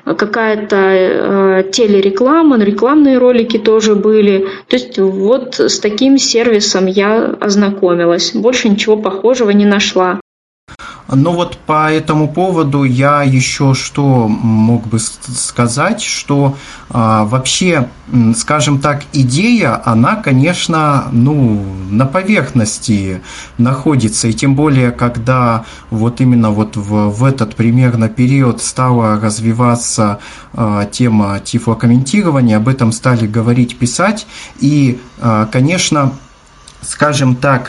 какая-то телереклама, рекламные ролики тоже были, то есть вот с таким сервисом я ознакомилась. Больше ничего похожего не нашла. Вот по этому поводу я еще что мог бы сказать, что вообще, скажем так, идея, она, конечно, на поверхности находится, и тем более, когда вот именно вот в этот примерно период стала развиваться тема тифлокомментирования, об этом стали говорить, писать, и, конечно, скажем так,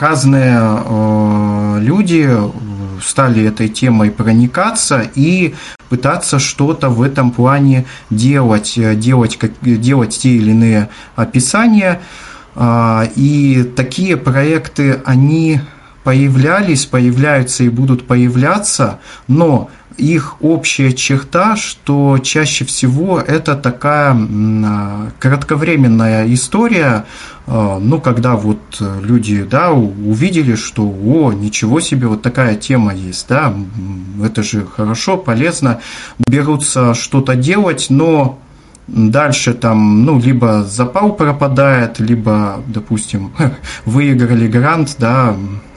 разные люди стали этой темой проникаться и пытаться что-то в этом плане делать те или иные описания. И такие проекты, они появляются и будут появляться, но их общая черта, что чаще всего это такая кратковременная история, ну, когда вот люди, да, увидели, что, о, ничего себе, вот такая тема есть, да, это же хорошо, полезно, берутся что-то делать, но дальше там, ну, либо запал пропадает, либо, допустим, выиграли грант, да,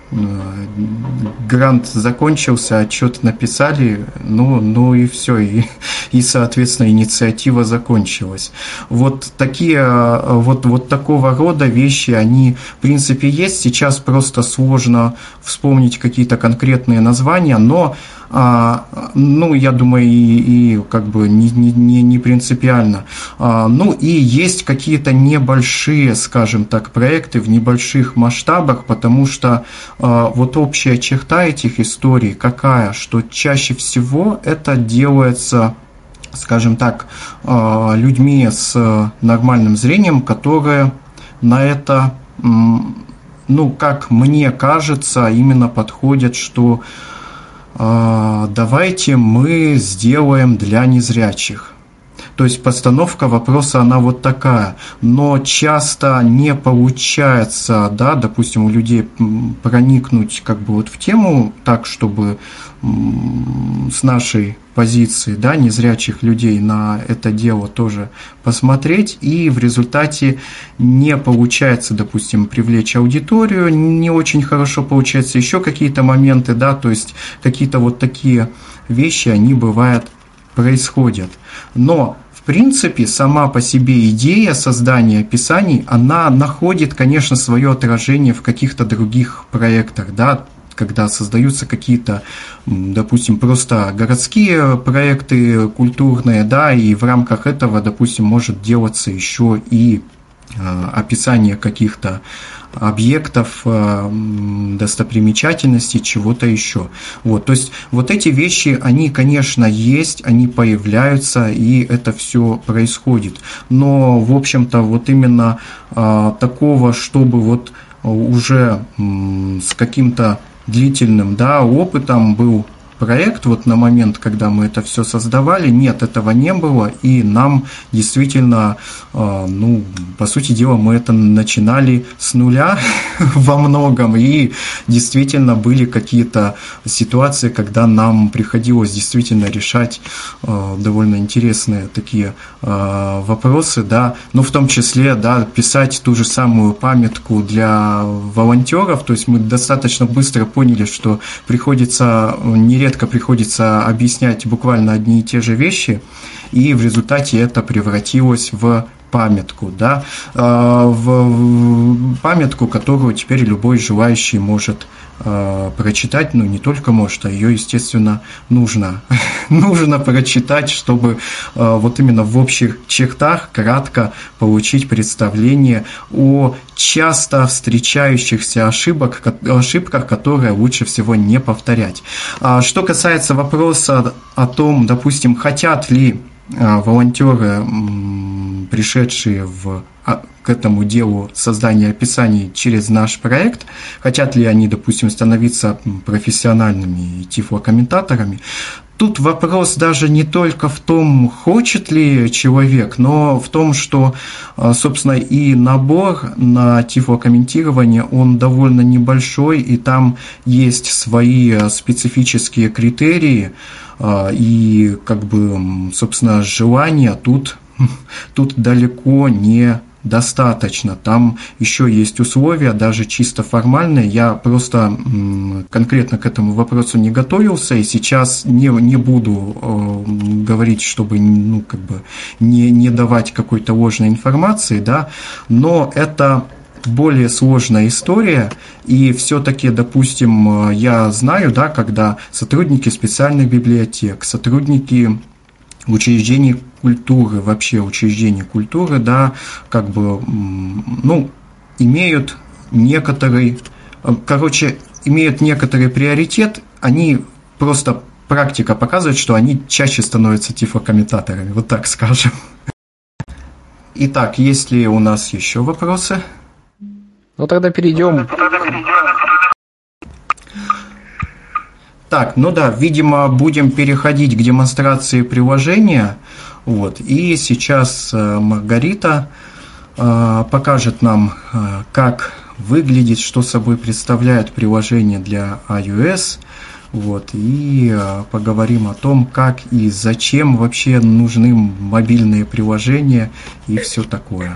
грант закончился, отчет написали, ну и все, и соответственно инициатива закончилась. Вот такие, вот такого рода вещи, они в принципе есть. Сейчас просто сложно вспомнить какие-то конкретные названия, но ну, я думаю, и как бы не принципиально. Ну, и есть какие-то небольшие, скажем так, проекты в небольших масштабах, потому что вот общая черта этих историй какая, что чаще всего это делается, скажем так, людьми с нормальным зрением, которые на это, ну, как мне кажется, именно подходят, что давайте мы сделаем для незрячих. То есть постановка вопроса, она вот такая, но часто не получается, да, допустим, у людей проникнуть как бы вот в тему так, чтобы с нашей позиции, да, незрячих людей на это дело тоже посмотреть, и в результате не получается, допустим, привлечь аудиторию, не очень хорошо получается еще какие-то моменты, да, то есть какие-то вот такие вещи, они бывают, происходят. Но в принципе, сама по себе идея создания описаний, она находит, конечно, свое отражение в каких-то других проектах, да, когда создаются какие-то, допустим, просто городские проекты культурные, да, и в рамках этого, допустим, может делаться еще и описание каких-то объектов, достопримечательностей, чего-то еще. Вот, то есть вот эти вещи, они, конечно, есть, они появляются, и это все происходит. Но, в общем-то, вот именно такого, чтобы вот уже с каким-то длительным, да, опытом был проект, вот на момент, когда мы это все создавали, нет, этого не было, и нам действительно, ну, по сути дела, мы это начинали с нуля во многом, и действительно были какие-то ситуации, когда нам приходилось действительно решать довольно интересные такие вопросы, да, ну, в том числе, да, писать ту же самую памятку для волонтеров, то есть мы достаточно быстро поняли, что нередко приходится объяснять буквально одни и те же вещи, и в результате это превратилось в памятку, да, в памятку, которую теперь любой желающий может прочитать, ну, не только может, а ее, естественно, нужно прочитать, чтобы вот именно в общих чертах кратко получить представление о часто встречающихся ошибках, которые лучше всего не повторять. Что касается вопроса о том, допустим, хотят ли волонтеры, пришедшие к этому делу создания описаний через наш проект, хотят ли они, допустим, становиться профессиональными тифлокомментаторами, тут вопрос даже не только в том, хочет ли человек, но в том, что, собственно, и набор на тифлокомментирование, он довольно небольшой, и там есть свои специфические критерии, и, как бы, собственно, желания тут далеко не достаточно. Там еще есть условия, даже чисто формальные. Я просто конкретно к этому вопросу не готовился, и сейчас не буду говорить, чтобы, ну, как бы не давать какой-то ложной информации, да, но это более сложная история, и все-таки, допустим, я знаю, да, когда сотрудники специальных библиотек, сотрудники учреждений культуры, вообще учреждений культуры, да, как бы, ну, имеют некоторый приоритет, они просто, практика показывает, что они чаще становятся тифлокомментаторами, вот так скажем. Итак, есть ли у нас еще вопросы? Ну, тогда перейдем. Так, ну да, видимо, будем переходить к демонстрации приложения. Вот. И сейчас Маргарита покажет нам, как выглядит, что собой представляет приложение для iOS. Вот. И поговорим о том, как и зачем вообще нужны мобильные приложения и все такое.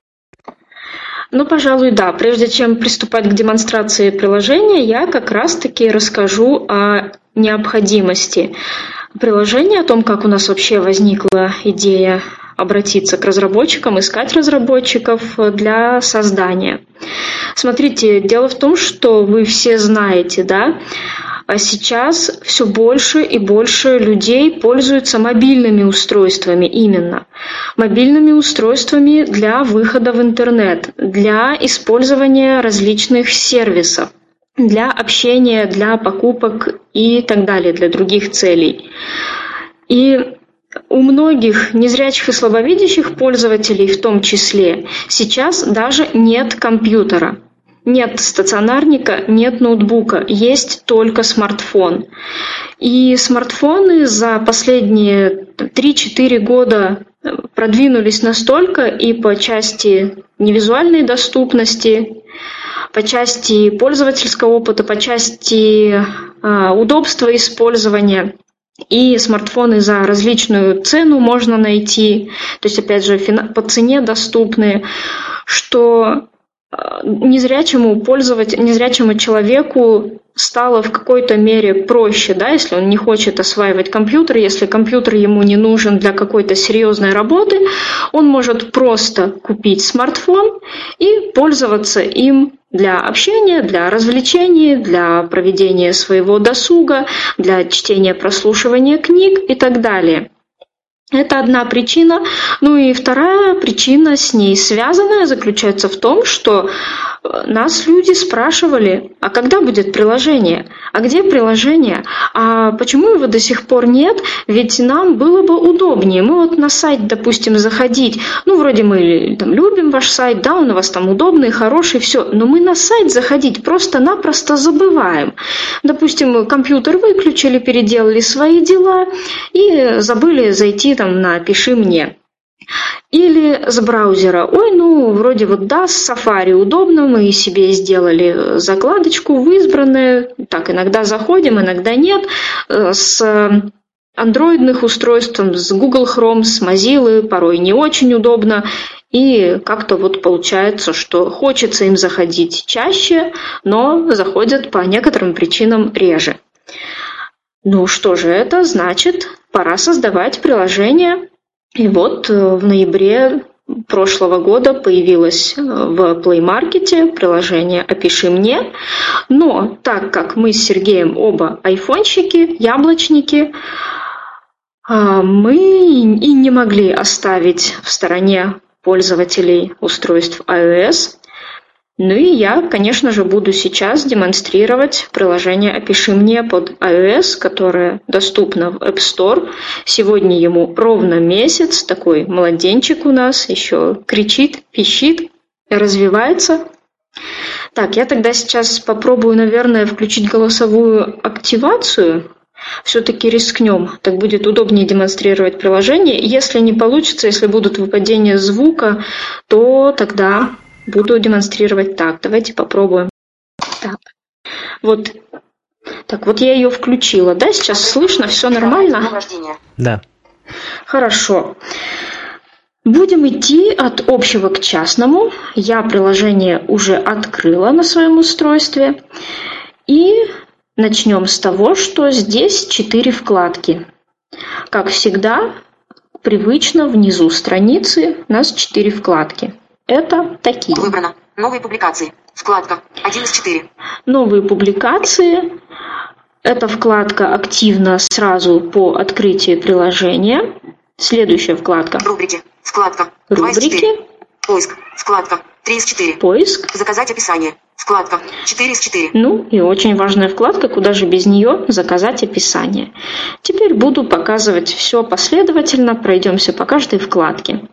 Ну, пожалуй, да. Прежде чем приступать к демонстрации приложения, я как раз-таки расскажу о необходимости приложения, о том, как у нас вообще возникла идея обратиться к разработчикам, искать разработчиков для создания. Смотрите, дело в том, что вы все знаете, да, а сейчас все больше и больше людей пользуются мобильными устройствами именно. Мобильными устройствами для выхода в интернет, для использования различных сервисов, для общения, для покупок и так далее, для других целей. И у многих незрячих и слабовидящих пользователей в том числе сейчас даже нет компьютера. Нет стационарника, нет ноутбука, есть только смартфон. И смартфоны за последние 3-4 года продвинулись настолько и по части невизуальной доступности, по части пользовательского опыта, по части удобства использования. И смартфоны за различную цену можно найти, то есть, опять же, по цене доступны, что незрячему человеку стало в какой-то мере проще, да, если он не хочет осваивать компьютер, если компьютер ему не нужен для какой-то серьезной работы, он может просто купить смартфон и пользоваться им для общения, для развлечений, для проведения своего досуга, для чтения, прослушивания книг и так далее. Это одна причина. Ну и вторая причина с ней связанная заключается в том, что нас люди спрашивали, а когда будет приложение? А где приложение? А почему его до сих пор нет? Ведь нам было бы удобнее. Мы вот на сайт, допустим, заходить. Ну, вроде мы там любим ваш сайт, да, он у вас там удобный, хороший, все. Но мы на сайт заходить просто-напросто забываем. Допустим, компьютер выключили, переделали свои дела и забыли зайти там на «Пиши мне». Или с браузера. Ой, ну, вроде вот да, с Safari удобно, мы себе сделали закладочку в избранное. Так, иногда заходим, иногда нет. С андроидных устройств, с Google Chrome, с Mozilla порой не очень удобно. И как-то вот получается, что хочется им заходить чаще, но заходят по некоторым причинам реже. Ну что же, это значит, пора создавать приложение. И вот в ноябре прошлого года появилось в Play Market приложение «Опиши мне». Но так как мы с Сергеем оба айфонщики, яблочники, мы и не могли оставить в стороне пользователей устройств iOS. Ну и я, конечно же, буду сейчас демонстрировать приложение «Опиши мне» под iOS, которое доступно в App Store. Сегодня ему ровно месяц, такой младенчик у нас, еще кричит, пищит, развивается. Так, я тогда сейчас попробую, наверное, включить голосовую активацию. Все-таки рискнем, так будет удобнее демонстрировать приложение. Если не получится, если будут выпадения звука, то тогда буду демонстрировать так. Давайте попробуем. Так, вот я ее включила. Да, сейчас слышно, все нормально? Да. Хорошо. Будем идти от общего к частному. Я приложение уже открыла на своем устройстве. И начнем с того, что здесь 4 вкладки. Как всегда, привычно внизу страницы у нас 4 вкладки. Это такие. Выбрано. Новые публикации. Вкладка 1 из 4. Новые публикации. Эта вкладка активна сразу по открытию приложения. Следующая вкладка. Рубрики. Вкладка 2 из 4. Рубрики. Поиск. Вкладка 3 из 4. Поиск. Заказать описание. Вкладка 4 из 4. Ну и очень важная вкладка, куда же без нее, заказать описание. Теперь буду показывать все последовательно, пройдемся по каждой вкладке.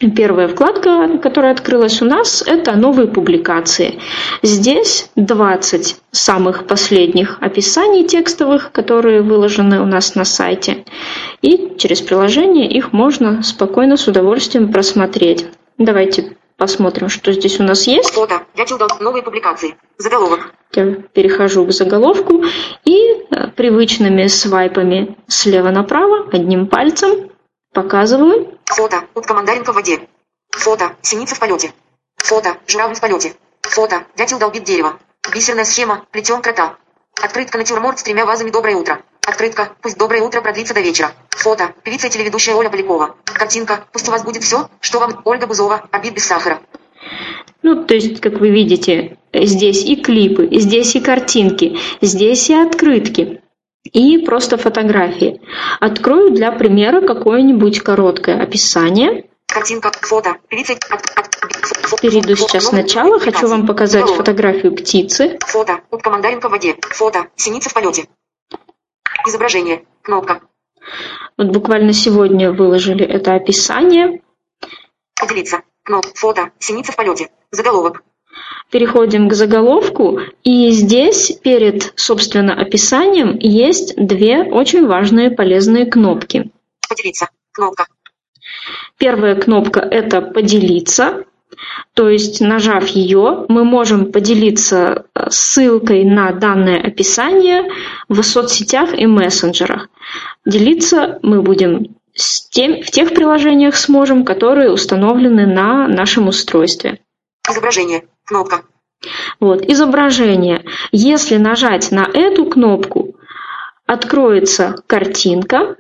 Первая вкладка, которая открылась у нас, это новые публикации. Здесь 20 самых последних описаний текстовых, которые выложены у нас на сайте. И через приложение их можно спокойно, с удовольствием просмотреть. Давайте посмотрим, что здесь у нас есть. Фото. Дятел дал новые публикации. Заголовок. Я перехожу к заголовку и привычными свайпами слева направо одним пальцем показываю. Фото. Утка Мандаринка в воде. Фото. Синица в полете. Фото. Журавль в полете. Фото. Дятел долбит дерево. Бисерная схема. Плетем крота. Открытка натюрморт с 3 вазами «Доброе утро». Открытка. Пусть доброе утро продлится до вечера. Фото. Певица и телеведущая Оля Полякова. Картинка. Пусть у вас будет все, что вам, Ольга Бузова. Обид без сахара. Ну, то есть, как вы видите, здесь и клипы, здесь и картинки, здесь и открытки, и просто фотографии. Открою для примера какое-нибудь короткое описание. Картинка. Фото. Певица. Перейду сейчас сначала. Хочу вам показать фотографию птицы. Фото. Утка Мандаринка в воде. Фото. Синица в полете. Изображение. Кнопка. Вот буквально сегодня выложили это описание. Поделиться. Кнопка. Фото. Синица в полете. Заголовок. Переходим к заголовку. И здесь перед, собственно, описанием есть две очень важные полезные кнопки. Поделиться. Кнопка. Первая кнопка – это «Поделиться». То есть, нажав ее, мы можем поделиться ссылкой на данное описание в соцсетях и мессенджерах. Делиться мы будем в тех приложениях сможем, которые установлены на нашем устройстве. Изображение. Кнопка. Вот, изображение. Если нажать на эту кнопку, откроется картинка.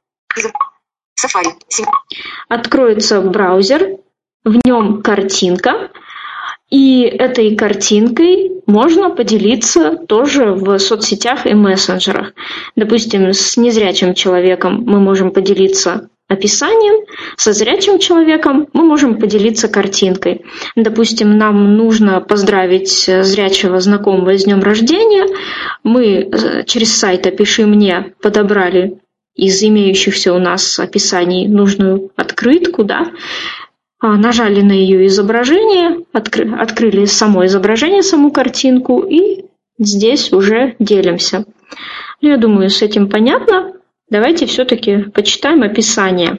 Safari. Откроется браузер, в нем картинка, и этой картинкой можно поделиться тоже в соцсетях и мессенджерах. Допустим, с незрячим человеком мы можем поделиться описанием, со зрячим человеком мы можем поделиться картинкой. Допустим, нам нужно поздравить зрячего знакомого с днем рождения, мы через сайт «Опиши мне» подобрали из имеющихся у нас описаний нужную открытку, да, нажали на ее изображение, открыли само изображение, саму картинку, и здесь уже делимся. Я думаю, с этим понятно. Давайте все-таки почитаем описание.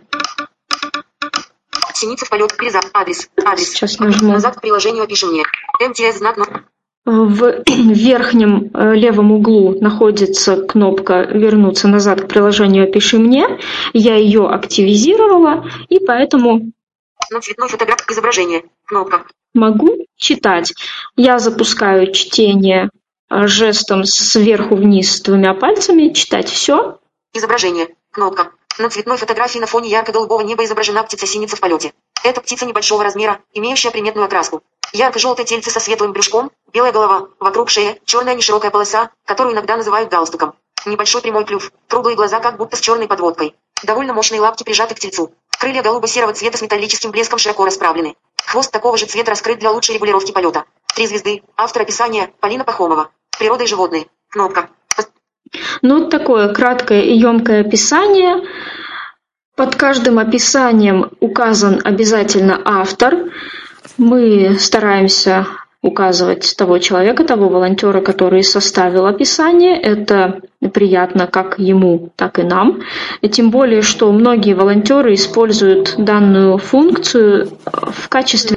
Синица в полет. Адрес. Сейчас нажму. Назад к приложению «Опиши мне». МТС знак. В верхнем левом углу находится кнопка «Вернуться назад к приложению «Опиши мне». Я ее активизировала, и поэтому на цветной фотографии изображение. Кнопка. Могу читать. Я запускаю чтение жестом сверху вниз 2 пальцами. Читать все. Изображение. Кнопка. На цветной фотографии на фоне ярко-голубого неба изображена птица-синица в полете. Это птица небольшого размера, имеющая приметную окраску. Ярко-желтое тельце со светлым брюшком, белая голова, вокруг шеи, черная неширокая полоса, которую иногда называют галстуком. Небольшой прямой клюв, круглые глаза как будто с черной подводкой. Довольно мощные лапки прижаты к тельцу. Крылья голубо-серого цвета с металлическим блеском широко расправлены. Хвост такого же цвета раскрыт для лучшей регулировки полета. 3 звезды. Автор описания Полина Пахомова. Природа и животные. Кнопка. Ну, вот такое краткое и емкое описание. Под каждым описанием указан обязательно автор. Мы стараемся указывать того человека, того волонтера, который составил описание. Это приятно как ему, так и нам. И тем более, что многие волонтеры используют данную функцию в качестве...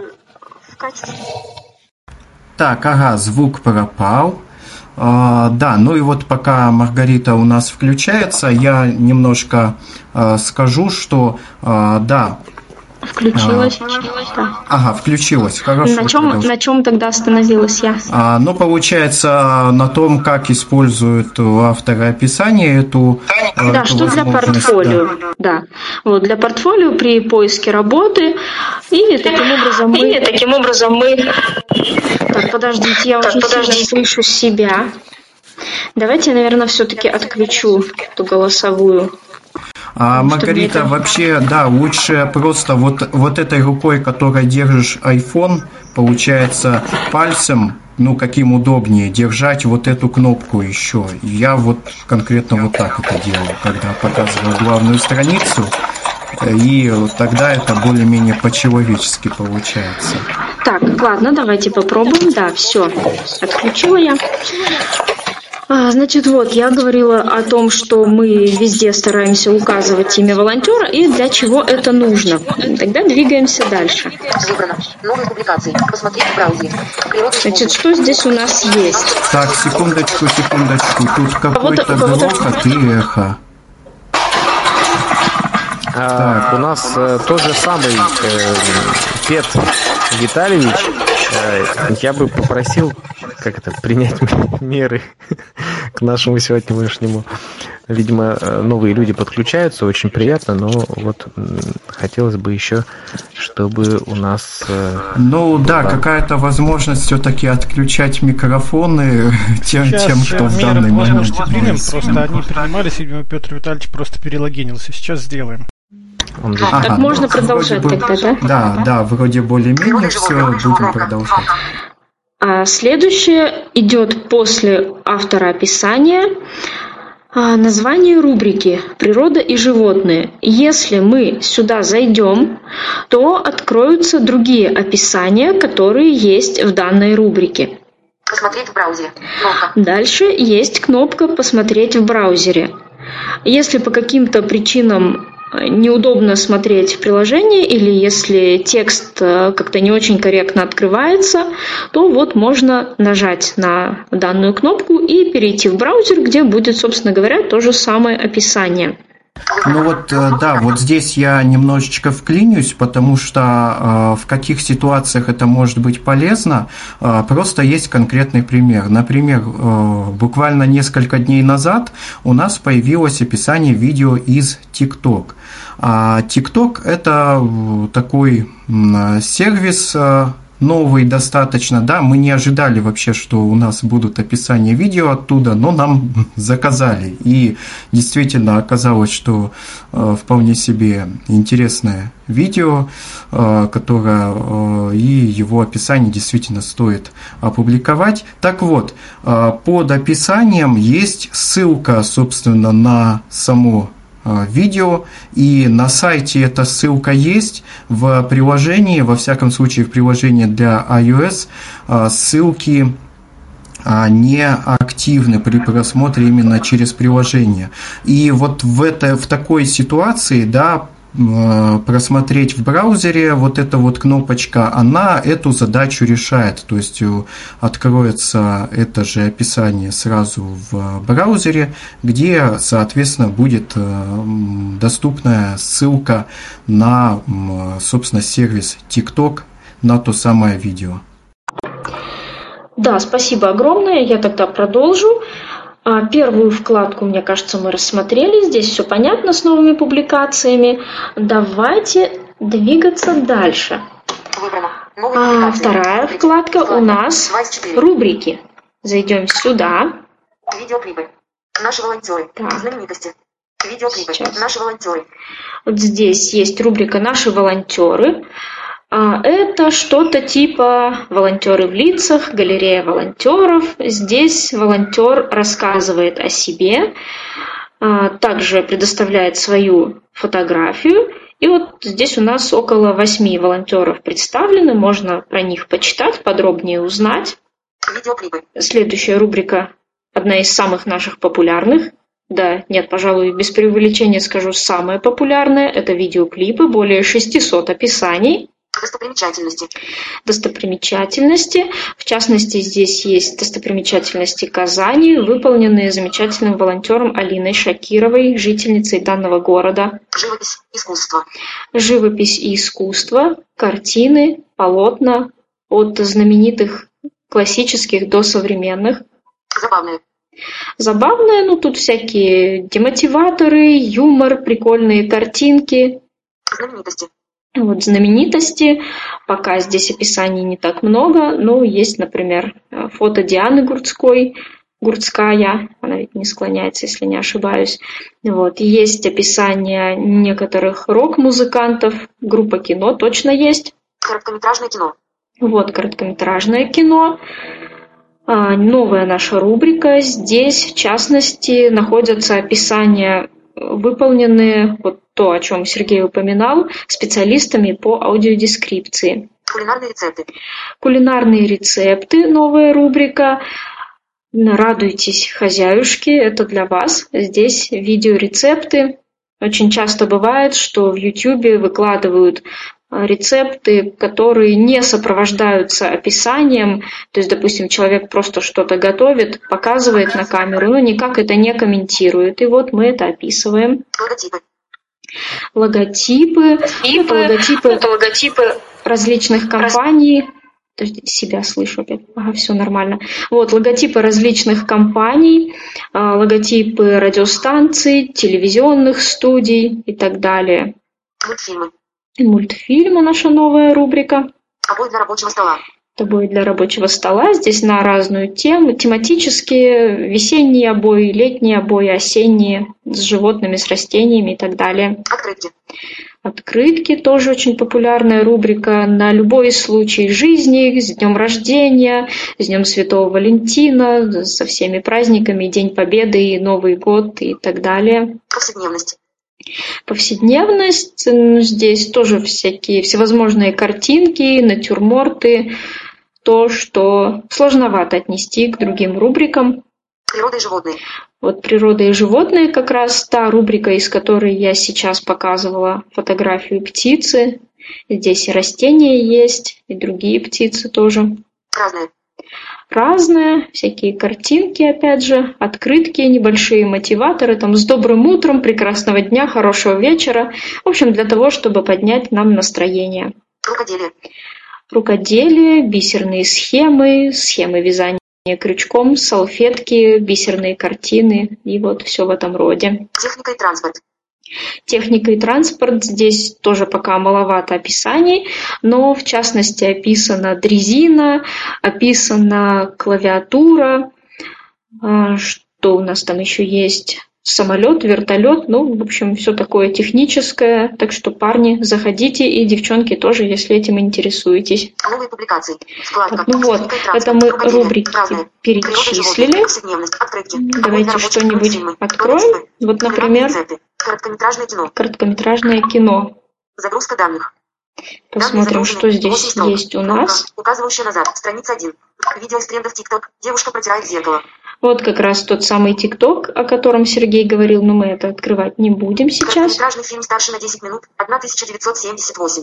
Так, ага, звук пропал. Да, ну и вот пока Маргарита у нас включается, я немножко скажу, что да. Включилась. Да. Ага, включилась. Хорошо. На чем тогда остановилась я? Ну, получается, на том, как используют авторы описания эту да, эту что для портфолио. Да. Вот, для портфолио при поиске работы. И таким образом мы... Так, подождите, я очень сильно слышу себя. Давайте, наверное, все-таки отключу эту голосовую. Маргарита, вообще, да, лучше просто вот этой рукой, которой держишь iPhone, получается, пальцем, ну, каким удобнее, держать вот эту кнопку еще. Я вот конкретно вот так это делаю, когда показываю главную страницу. и тогда это более-менее по-человечески получается. Так, ладно, давайте попробуем. Да, все, отключила я. Значит, вот, я говорила о том, что мы везде стараемся указывать имя волонтера и для чего это нужно. Тогда двигаемся дальше. Выбрано. Новые публикации. Посмотреть в браузере. Значит, что здесь у нас есть? Так, секундочку. Тут какой-то грохот и эхо. У нас тот же самый Пет Витальевич. Я бы попросил принять меры к нашему сегодняшнему. Видимо, новые люди подключаются, очень приятно, но вот хотелось бы еще, чтобы у нас... какая-то возможность все-таки отключать микрофоны тем, кто в данный момент... Просто они принимались, видимо, Петр Витальевич просто перелогинился. Сейчас сделаем. Так можно продолжать тогда, да? Да, вроде более-менее все, будем продолжать. Следующее идет после автора описания название рубрики «Природа и животные». Если мы сюда зайдем, то откроются другие описания, которые есть в данной рубрике. Посмотреть в браузере. Дальше есть кнопка «Посмотреть в браузере». Если по каким-то причинам неудобно смотреть в приложении или если текст как-то не очень корректно открывается, то вот можно нажать на данную кнопку и перейти в браузер, где будет, собственно говоря, то же самое описание. Вот здесь я немножечко вклинюсь, потому что в каких ситуациях это может быть полезно, просто есть конкретный пример. Например, буквально несколько дней назад у нас появилось описание видео из TikTok. TikTok – это такой сервис новый достаточно, да, мы не ожидали вообще, что у нас будут описания видео оттуда, но нам заказали, и действительно оказалось, что вполне себе интересное видео, которое и его описание действительно стоит опубликовать. Так вот, под описанием есть ссылка, собственно, на само видео, и на сайте эта ссылка есть, в приложении, во всяком случае в приложении для iOS ссылки не активны при просмотре именно через приложение. И вот в такой ситуации, да, просмотреть в браузере, вот эта вот кнопочка, она эту задачу решает, то есть откроется это же описание сразу в браузере, где, соответственно, будет доступная ссылка на, собственно, сервис TikTok, на то самое видео. Да, спасибо огромное, я тогда продолжу. Первую вкладку, мне кажется, мы рассмотрели. Здесь все понятно с новыми публикациями. Давайте двигаться дальше. Вторая вкладка у нас рубрики. Зайдем сюда. Видеоклипы. Наши волонтеры. Знаменитости. Видеоклипы. Сейчас. Наши волонтеры. Вот здесь есть рубрика «Наши волонтеры». Это что-то типа «Волонтеры в лицах», «Галерея волонтеров». Здесь волонтер рассказывает о себе, также предоставляет свою фотографию. И вот здесь у нас около 8 волонтеров представлены, можно про них почитать, подробнее узнать. Видеоклипы. Следующая рубрика, одна из самых наших популярных. Да, нет, пожалуй, без преувеличения скажу, самая популярная – это видеоклипы, более 600 описаний. Достопримечательности. В частности, здесь есть достопримечательности Казани, выполненные замечательным волонтером Алиной Шакировой, жительницей данного города. Живопись, искусство. Живопись и искусство, картины, полотна от знаменитых классических до современных. Забавное, тут всякие демотиваторы, юмор, прикольные картинки. Знаменитости. Пока здесь описаний не так много, но есть, например, фото Дианы Гурцкая, она ведь не склоняется, если не ошибаюсь. Есть описание некоторых рок-музыкантов, группа кино точно есть. Короткометражное кино. Короткометражное кино. Новая наша рубрика. Здесь, в частности, находятся описания выполнены, вот то, о чем Сергей упоминал, специалистами по аудиодескрипции. Кулинарные рецепты. Кулинарные рецепты, новая рубрика. Радуйтесь, хозяюшки, это для вас. Здесь видеорецепты. Очень часто бывает, что в YouTube выкладывают рецепты, которые не сопровождаются описанием. То есть, допустим, человек просто что-то готовит, показывает на камеру, но никак это не комментирует. И вот мы это описываем. Логотипы. Это логотипы различных компаний. Себя слышу опять. Ага, все нормально. Вот, логотипы различных компаний, логотипы радиостанций, телевизионных студий и так далее. Мультфильмы наша новая рубрика. Обои для рабочего стола. Обои для рабочего стола. Здесь на разную тему. Тематические, весенние обои, летние обои, осенние, с животными, с растениями и так далее. Открытки. Открытки тоже очень популярная рубрика на любой случай жизни, с днем рождения, с днем Святого Валентина, со всеми праздниками, День Победы и Новый год и так далее. Повседневность. Повседневность, здесь тоже всякие всевозможные картинки, натюрморты, то, что сложновато отнести к другим рубрикам. Природа и животные. Вот природа и животные как раз та рубрика, из которой я сейчас показывала фотографию птицы. Здесь и растения есть, и другие птицы тоже. Разные, всякие картинки, опять же, открытки, небольшие мотиваторы, там, с добрым утром, прекрасного дня, хорошего вечера. В общем, для того, чтобы поднять нам настроение. Рукоделие, бисерные схемы, схемы вязания крючком, салфетки, бисерные картины и вот все в этом роде. Техника и транспорт. Техника и транспорт, здесь тоже пока маловато описаний, но в частности описана дрезина, описана клавиатура, что у нас там еще есть, самолет, вертолет, ну, в общем, все такое техническое, так что, парни, заходите, и девчонки тоже, если этим интересуетесь. Новые публикации. Вкладка. Так, ну вот, это мы рубрики перечислили. Давайте что-нибудь откроем. Вот, например, короткометражное кино. Загрузка данных. Посмотрим, что здесь есть у нас. Указывающая назад. Страница 1. Видео из трендов TikTok. Девушка протирает зеркало. Вот как раз тот самый TikTok, о котором Сергей говорил, но мы это открывать не будем сейчас. Короткометражный фильм старше на 10 минут. 1978.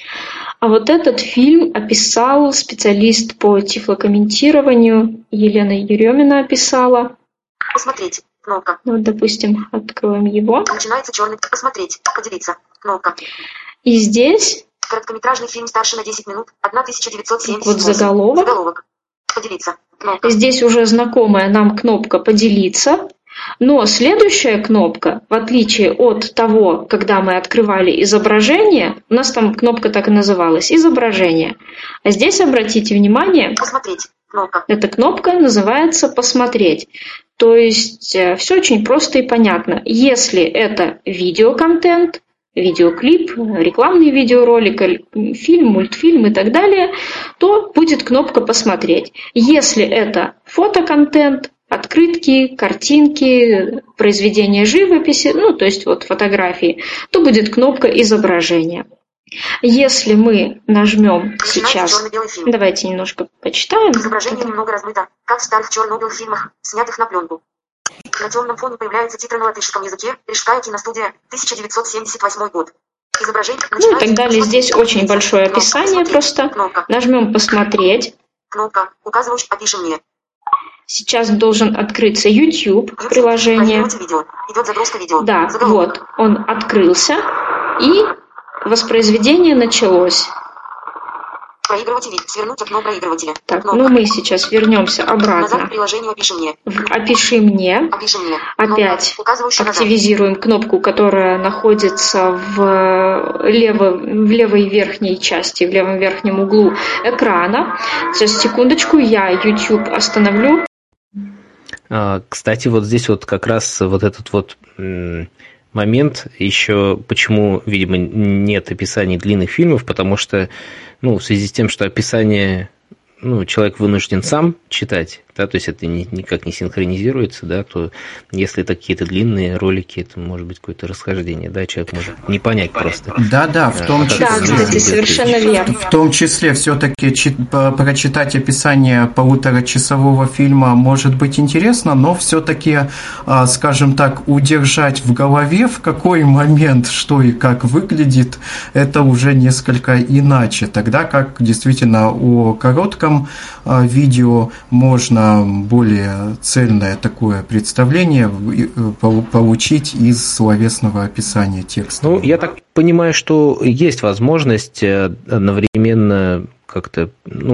А вот этот фильм описал специалист по тифлокомментированию. Елена Еремина описала. Посмотреть. Кнопка. Вот, допустим, откроем его. Начинается черный. Посмотреть. Поделиться. Кнопка. И здесь... Короткометражный фильм старше на 10 минут. 1978. Вот заголовок. Поделиться. Кнопка. Здесь уже знакомая нам кнопка «Поделиться». Но следующая кнопка, в отличие от того, когда мы открывали изображение, у нас там кнопка так и называлась «Изображение». А здесь, обратите внимание, «Посмотреть». Кнопка. Эта кнопка называется «Посмотреть». То есть все очень просто и понятно. Если это видеоконтент, видеоклип, рекламный видеоролик, фильм, мультфильм и так далее, то будет кнопка «Посмотреть». Если это фотоконтент, открытки, картинки, произведения живописи, ну, то есть вот фотографии, то будет кнопка «Изображение». Если мы нажмем сейчас... Давайте немножко почитаем. Изображение немного размыто, как в старых черно-белых фильмах, снятых на пленку. На темном фоне появляются титры на латышском языке, Рижская киностудия, 1978 год. Изображение... Ну и так далее. Здесь очень большое описание просто. Кнопка. Нажмем «Посмотреть». Кнопка. Указываешь «Опиши мне». Сейчас должен открыться YouTube приложение. Видео. Идет загрузка видео. Да, заголовок. вот, он открылся, и воспроизведение началось. Проигрывать вид. Свернуть окно проигрывателя. Так, ну мы сейчас вернемся обратно. Назад к приложению «Опиши мне». «Опиши мне». «Опиши мне». Опять активизируем кнопку, которая находится в левой верхней части, в левом верхнем углу экрана. Сейчас, секундочку, я YouTube остановлю. Кстати, вот здесь вот как раз вот этот вот момент еще, почему, видимо, нет описаний длинных фильмов, потому что, в связи с тем, что описание, человек вынужден сам читать, да, то есть это никак не синхронизируется, да, то если это какие-то длинные ролики, это может быть какое-то расхождение, да, человек может не понять просто. Да, в том числе. Да, кстати, совершенно верно. В том числе все-таки прочитать описание полуторачасового фильма может быть интересно, но все-таки, скажем так, удержать в голове, в какой момент, что и как выглядит, это уже несколько иначе. Тогда как действительно о коротком видео можно более цельное такое представление получить из словесного описания текста. Ну, я так понимаю, что есть возможность одновременно как-то,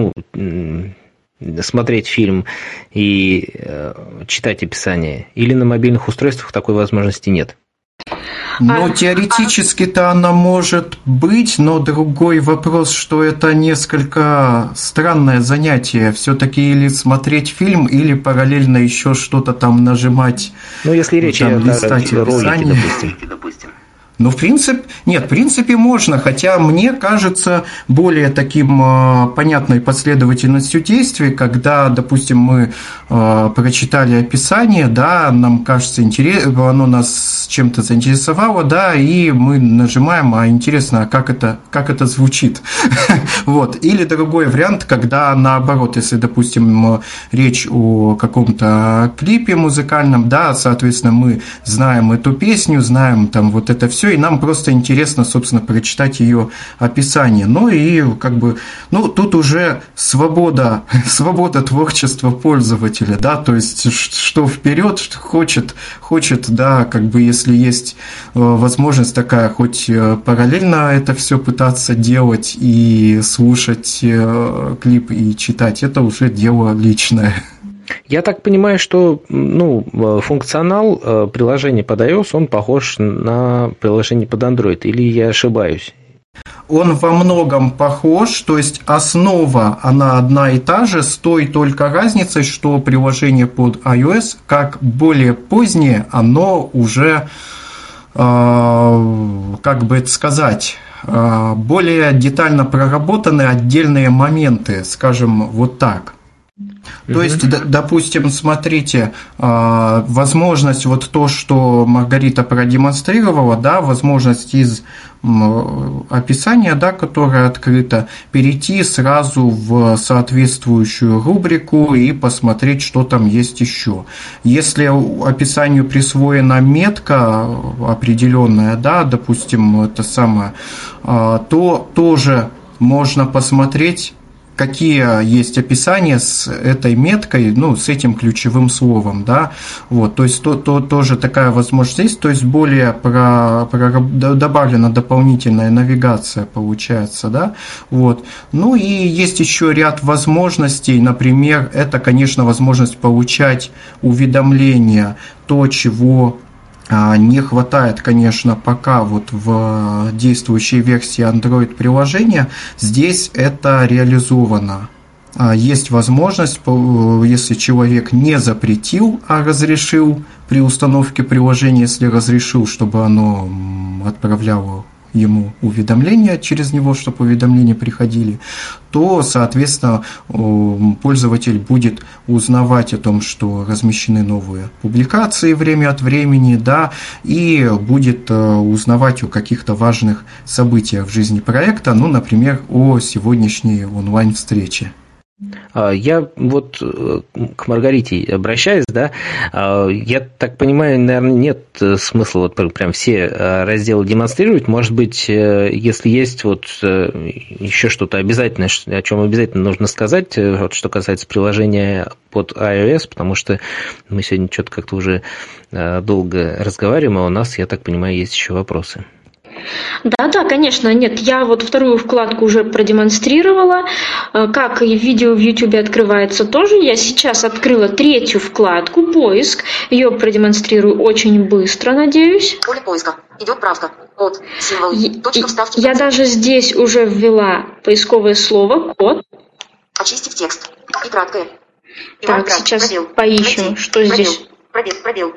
смотреть фильм и читать описание, или на мобильных устройствах такой возможности нет? Ну, теоретически-то она может быть, но другой вопрос, что это несколько странное занятие. Все-таки или смотреть фильм, или параллельно еще что-то там нажимать. Ну, если речь о ролике, допустим. Ну, в принципе, можно, хотя мне кажется более таким понятной последовательностью действий, когда, допустим, мы прочитали описание, да, нам кажется интересно, оно нас чем-то заинтересовало, да, и мы нажимаем, интересно, как это звучит. Вот. Или другой вариант, когда наоборот, если, допустим, речь о каком-то клипе музыкальном, да, соответственно, мы знаем эту песню, знаем там вот это все, и нам просто интересно, собственно, прочитать ее описание. Ну и тут уже свобода творчества пользователя, да, то есть что вперед хочет, да, если есть возможность такая, хоть параллельно это все пытаться делать и слушать клип и читать, это уже дело личное. Я так понимаю, что функционал приложения под iOS, он похож на приложение под Android, или я ошибаюсь? Он во многом похож, то есть основа, она одна и та же, с той только разницей, что приложение под iOS, как более позднее, оно уже, более детально проработаны отдельные моменты, скажем, вот так. То есть, допустим, смотрите, возможность, вот то, что Маргарита продемонстрировала, да, возможность из описания, да, которое открыто, перейти сразу в соответствующую рубрику и посмотреть, что там есть еще. Если описанию присвоена метка определенная, да, допустим, это самое, то тоже можно посмотреть, какие есть описания с этой меткой, с этим ключевым словом, да, вот, то есть тоже такая возможность есть, то есть более добавлена дополнительная навигация получается, да, вот, ну и есть еще ряд возможностей, например, это, конечно, возможность получать уведомления, то, чего не хватает, конечно, пока вот в действующей версии Android приложения. Здесь это реализовано. Есть возможность, если человек не запретил, а разрешил при установке приложения, если разрешил, чтобы оно отправляло ему уведомления через него, чтобы уведомления приходили, то, соответственно, пользователь будет узнавать о том, что размещены новые публикации время от времени, да, и будет узнавать о каких-то важных событиях в жизни проекта, например, о сегодняшней онлайн-встрече. Я вот к Маргарите обращаюсь, да, я так понимаю, наверное, нет смысла вот прям все разделы демонстрировать, может быть, если есть вот еще что-то обязательное, о чем обязательно нужно сказать, вот что касается приложения под iOS, потому что мы сегодня что-то как-то уже долго разговариваем, а у нас, я так понимаю, есть еще вопросы. Да, конечно, нет, я вот вторую вкладку уже продемонстрировала, как видео в YouTube открывается тоже, я сейчас открыла третью вкладку, поиск, ее продемонстрирую очень быстро, надеюсь. Поле поиска, идет правка, код, символ, точка вставки. Я даже здесь уже ввела поисковое слово, код. Очистить текст, и краткое. Так, сейчас поищем, найти. Что пробел. Здесь. Пробел,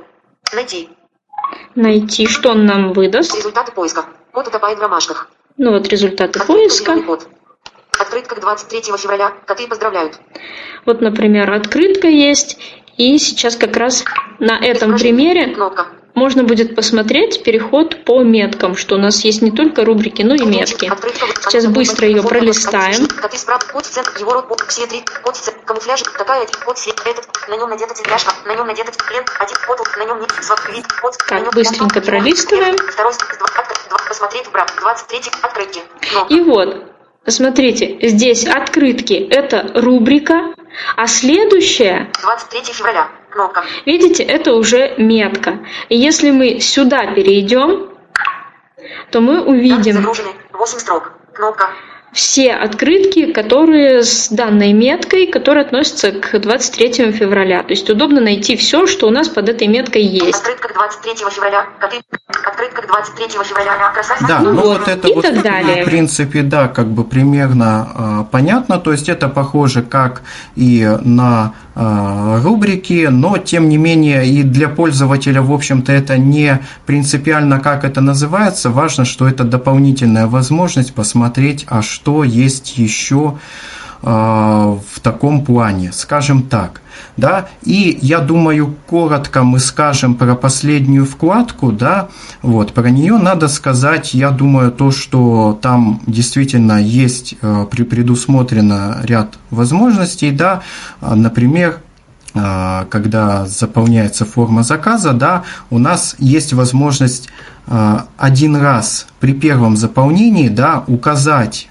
найти, что он нам выдаст. Результаты поиска. Код утопает в ромашках. Ну вот результаты поиска. Открытка к 23 февраля. Коты поздравляют. Вот, например, открытка есть, и сейчас как раз на этом примере Кнопка. можно будет посмотреть переход по меткам, что у нас есть не только рубрики, но и метки. Сейчас быстро ее пролистаем. Коты справа. Кот в центр. Его рот. Все три. Кот в центр. Камуфляж. Такая. Кот свет. Этот. На нем надета тельняшка. На нем надета плен. Один. Кот. На нем нет. Вид. Кот. Так, быстренько пролистываем. Второй. Посмотреть. Брат. 23. Открытки. И вот. Смотрите, здесь открытки – это рубрика, а следующая, 23 февраля, кнопка. Видите, это уже метка. И если мы сюда перейдем, то мы увидим Загружены. 8 строк, кнопка. все открытки, которые с данной меткой, которые относятся к 23 февраля. То есть удобно найти все, что у нас под этой меткой есть. Открытка к 23 февраля, коты. Открытка к 23 февраля, красавица. Да, ну вот это и вот, так далее. в принципе, да, как бы примерно понятно, то есть это похоже как и на рубрики, но тем не менее и для пользователя, в общем-то, это не принципиально, как это называется, важно, что это дополнительная возможность посмотреть, а что есть еще в таком плане, скажем так. Да, и я думаю, коротко мы скажем про последнюю вкладку, да, вот, про нее надо сказать, я думаю, то, что там действительно есть предусмотрено ряд возможностей, да, например, когда заполняется форма заказа, да, у нас есть возможность один раз при первом заполнении, да, указать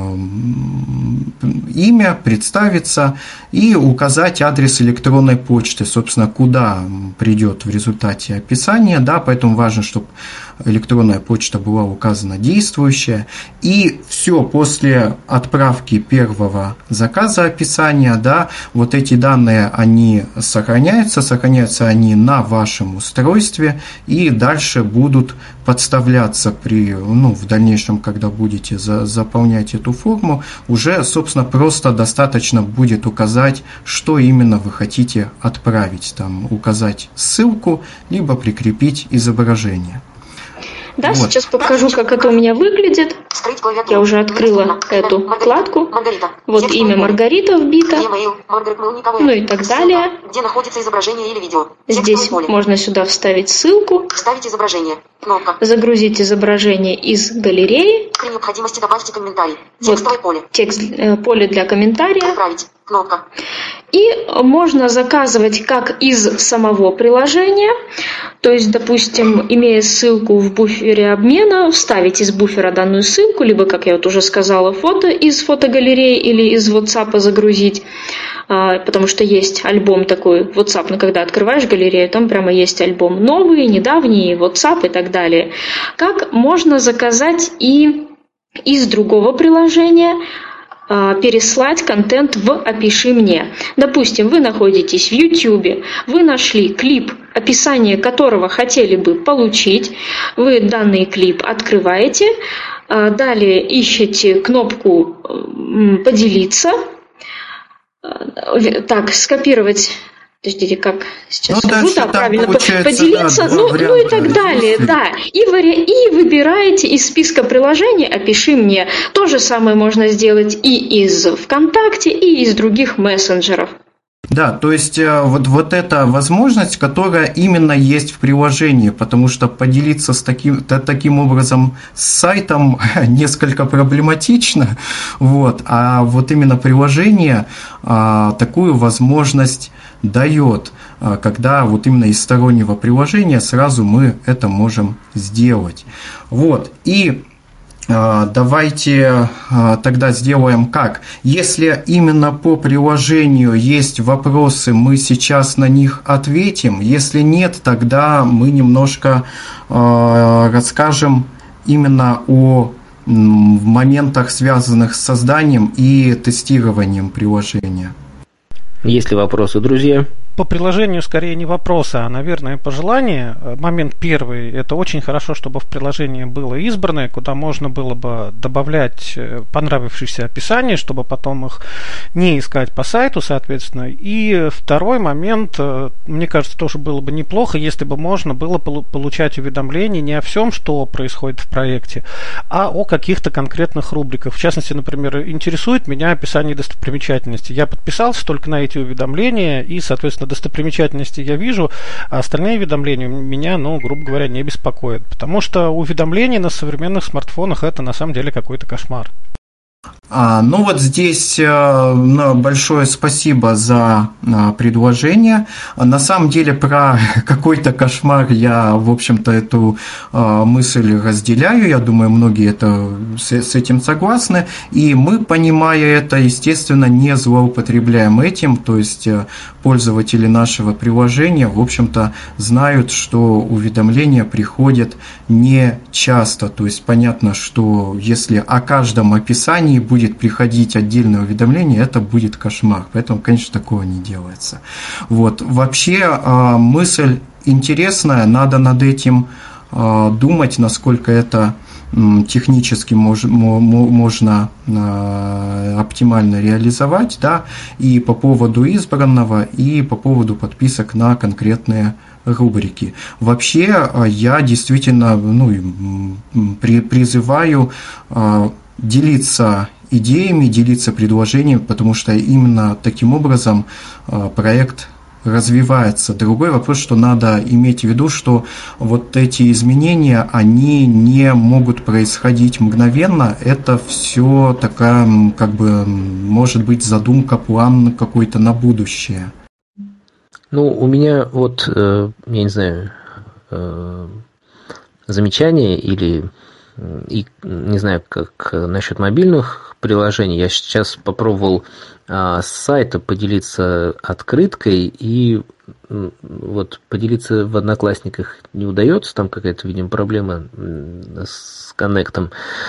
имя, представиться и указать адрес электронной почты, собственно, куда придет в результате описания, да, поэтому важно, чтобы электронная почта была указана действующая, и все после отправки первого заказа описания, да, вот эти данные, они сохраняются они на вашем устройстве и дальше будут подставляться в дальнейшем, когда будете заполнять эту форму, уже, собственно, просто достаточно будет указать, что именно вы хотите отправить, там, указать ссылку, либо прикрепить изображение. Да, вот. Сейчас покажу, как это у меня выглядит. Я уже открыла эту вкладку. Вот имя Маргарита вбито. Ну и так далее. Где находится изображение или видео? Здесь можно сюда вставить ссылку. Вставить изображение. Кнопка. Загрузить изображение из галереи. При необходимости добавьте комментарий. Текстовое поле. Поле для комментария. Отправить. Кнопка. И можно заказывать как из самого приложения, то есть, допустим, имея ссылку в буфере обмена, вставить из буфера данную ссылку, либо, как я вот уже сказала, фото из фотогалереи или из WhatsApp загрузить, потому что есть альбом такой WhatsApp, но когда открываешь галерею, там прямо есть альбом новый, недавний, WhatsApp и так далее. Как можно заказать и из другого приложения, переслать контент в «Опиши мне». Допустим, вы находитесь в YouTube, вы нашли клип, описание которого хотели бы получить, вы данный клип открываете, далее ищете кнопку «Поделиться», так, скопировать. Подождите, как сейчас скажу, да, правильно, поделиться, да, ну и так далее, да. И выбираете из списка приложений «Опиши мне». То же самое можно сделать и из ВКонтакте, и из других мессенджеров. Да, то есть вот эта возможность, которая именно есть в приложении, потому что поделиться таким образом с сайтом несколько проблематично, вот, а вот именно приложение такую возможность дает, когда вот именно из стороннего приложения сразу мы это можем сделать. Вот, и давайте тогда сделаем как. Если именно по приложению есть вопросы, мы сейчас на них ответим. Если нет, тогда мы немножко расскажем именно о моментах, связанных с созданием и тестированием приложения. Есть ли вопросы, друзья? по приложению скорее не вопрос, а, наверное, пожелание. Момент первый. Это очень хорошо, чтобы в приложении было избранное, куда можно было бы добавлять понравившиеся описания, чтобы потом их не искать по сайту, соответственно. И второй момент, мне кажется, тоже было бы неплохо, если бы можно было получать уведомления не о всем, что происходит в проекте, а о каких-то конкретных рубриках. В частности, например, интересует меня описание достопримечательностей. Я подписался только на эти уведомления, и, соответственно, достопримечательности я вижу, а остальные уведомления меня, грубо говоря, не беспокоят. Потому что уведомления на современных смартфонах — это на самом деле какой-то кошмар. Здесь большое спасибо за предложение. На самом деле про какой-то кошмар я, в общем-то, эту мысль разделяю. Я думаю, многие с этим согласны. И мы, понимая это, естественно, не злоупотребляем этим. То есть пользователи нашего приложения, в общем-то, знают, что уведомления приходят не часто. То есть понятно, что если о каждом описании будет приходить отдельное уведомление, это будет кошмар. Поэтому, конечно, такого не делается. Вообще мысль интересная, надо над этим думать, насколько это технически можно оптимально реализовать, да, и по поводу избранного, и по поводу подписок на конкретные рубрики. Вообще, я действительно призываю делиться идеями, делиться предложениями, потому что именно таким образом проект развивается. Другой вопрос, что надо иметь в виду, что вот эти изменения, они не могут происходить мгновенно. Это все такая, может быть, задумка, план какой-то на будущее. У меня я не знаю, замечание или не знаю, как насчет мобильных приложений. Я сейчас попробовал с сайта поделиться открыткой, и поделиться в Одноклассниках не удается, там какая-то, видимо, проблема с коннектом.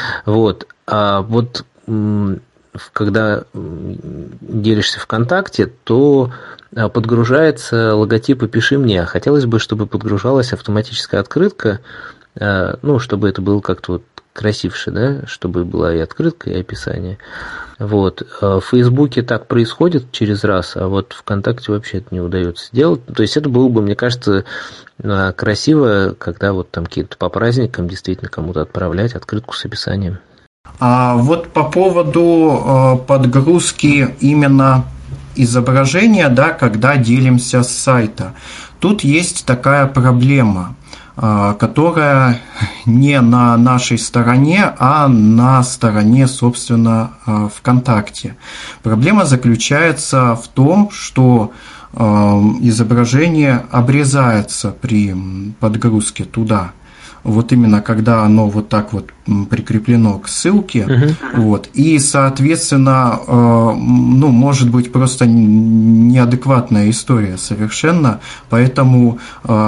Когда делишься ВКонтакте, то подгружается логотип «Опиши мне». Хотелось бы, чтобы подгружалась автоматическая открытка, чтобы это было как-то красивше, да, чтобы была и открытка, и описание. В Фейсбуке так происходит через раз, а ВКонтакте вообще это не удается сделать. То есть это было бы, мне кажется, красиво, когда там какие-то по праздникам действительно кому-то отправлять открытку с описанием. По поводу подгрузки именно изображения, да, когда делимся с сайта, тут есть такая проблема, которая не на нашей стороне, а на стороне, собственно, ВКонтакте. Проблема заключается в том, что изображение обрезается при подгрузке туда. Именно когда оно прикреплено к ссылке, и, соответственно, может быть просто неадекватная история совершенно, поэтому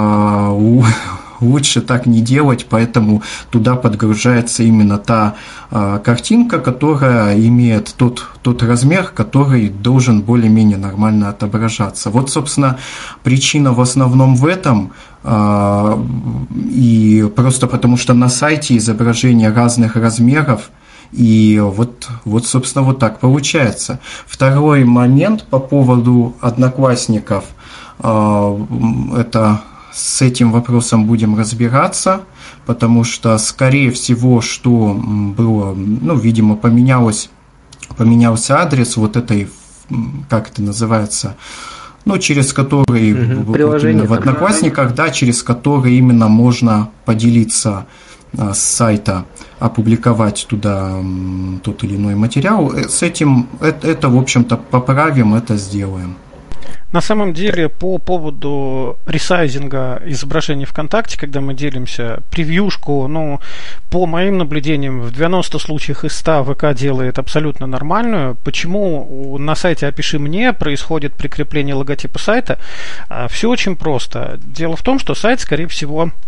лучше так не делать, поэтому туда подгружается именно та картинка, которая имеет тот размер, который должен более-менее нормально отображаться. Собственно, причина в основном в этом, и просто потому что на сайте изображения разных размеров, и собственно, так получается. Второй момент по поводу Одноклассников, это с этим вопросом будем разбираться, потому что, скорее всего, что было, видимо, поменялся адрес этой, как это называется, через который в Одноклассниках, да, через который именно можно поделиться с сайта, опубликовать туда тот или иной материал. С этим это, в общем-то, поправим, это сделаем. На самом деле, по поводу ресайзинга изображений ВКонтакте, когда мы делимся, превьюшку, по моим наблюдениям, в 90 случаях из 100 ВК делает абсолютно нормальную. Почему на сайте «Опиши мне» происходит прикрепление логотипа сайта? Все очень просто. Дело в том, что сайт, скорее всего,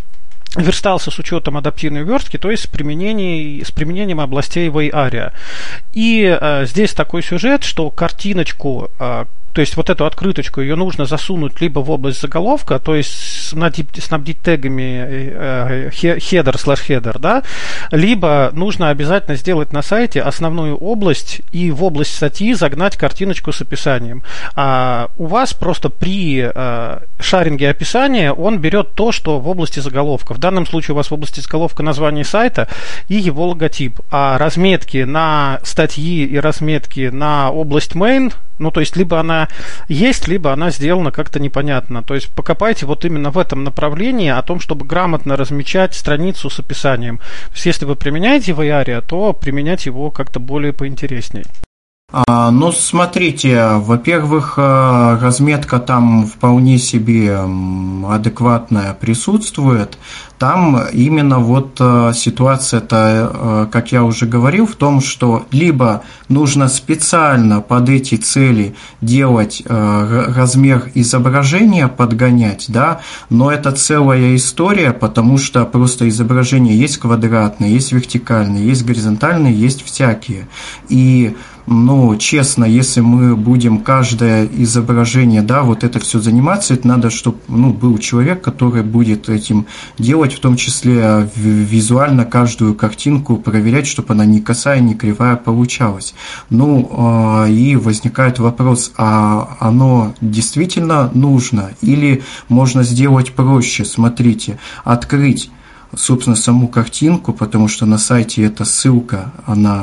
верстался с учетом адаптивной верстки, то есть с применением областей WayAria. И здесь такой сюжет, что картиночку, то есть вот эту открыточку, ее нужно засунуть либо в область заголовка, то есть снабдить тегами header/header, да, либо нужно обязательно сделать на сайте основную область и в область статьи загнать картиночку с описанием. А у вас просто при шаринге описания он берет то, что в области заголовка. В данном случае у вас в области заголовка название сайта и его логотип. А разметки на статьи и разметки на область main, ну, то есть, либо она есть, либо она сделана как-то непонятно. То есть, покопайте вот именно в этом направлении о том, чтобы грамотно размечать страницу с описанием. То есть, если вы применяете WayAria, то применять его как-то более поинтереснее. Ну, смотрите, во-первых, разметка там вполне себе адекватная присутствует. Там именно вот ситуация-то, как я уже говорил, в том, что либо нужно специально под эти цели делать размер изображения, подгонять, да, но это целая история, потому что просто изображения есть квадратные, есть вертикальные, есть горизонтальные, есть всякие. И ну, честно, если мы будем каждое изображение, да, вот это все заниматься, это надо, чтобы, ну, был человек, который будет этим делать, в том числе визуально каждую картинку проверять, чтобы она ни косая, ни кривая получалась. Ну, и возникает вопрос, а оно действительно нужно? Или можно сделать проще? Смотрите, открыть, собственно, саму картинку, потому что на сайте это ссылка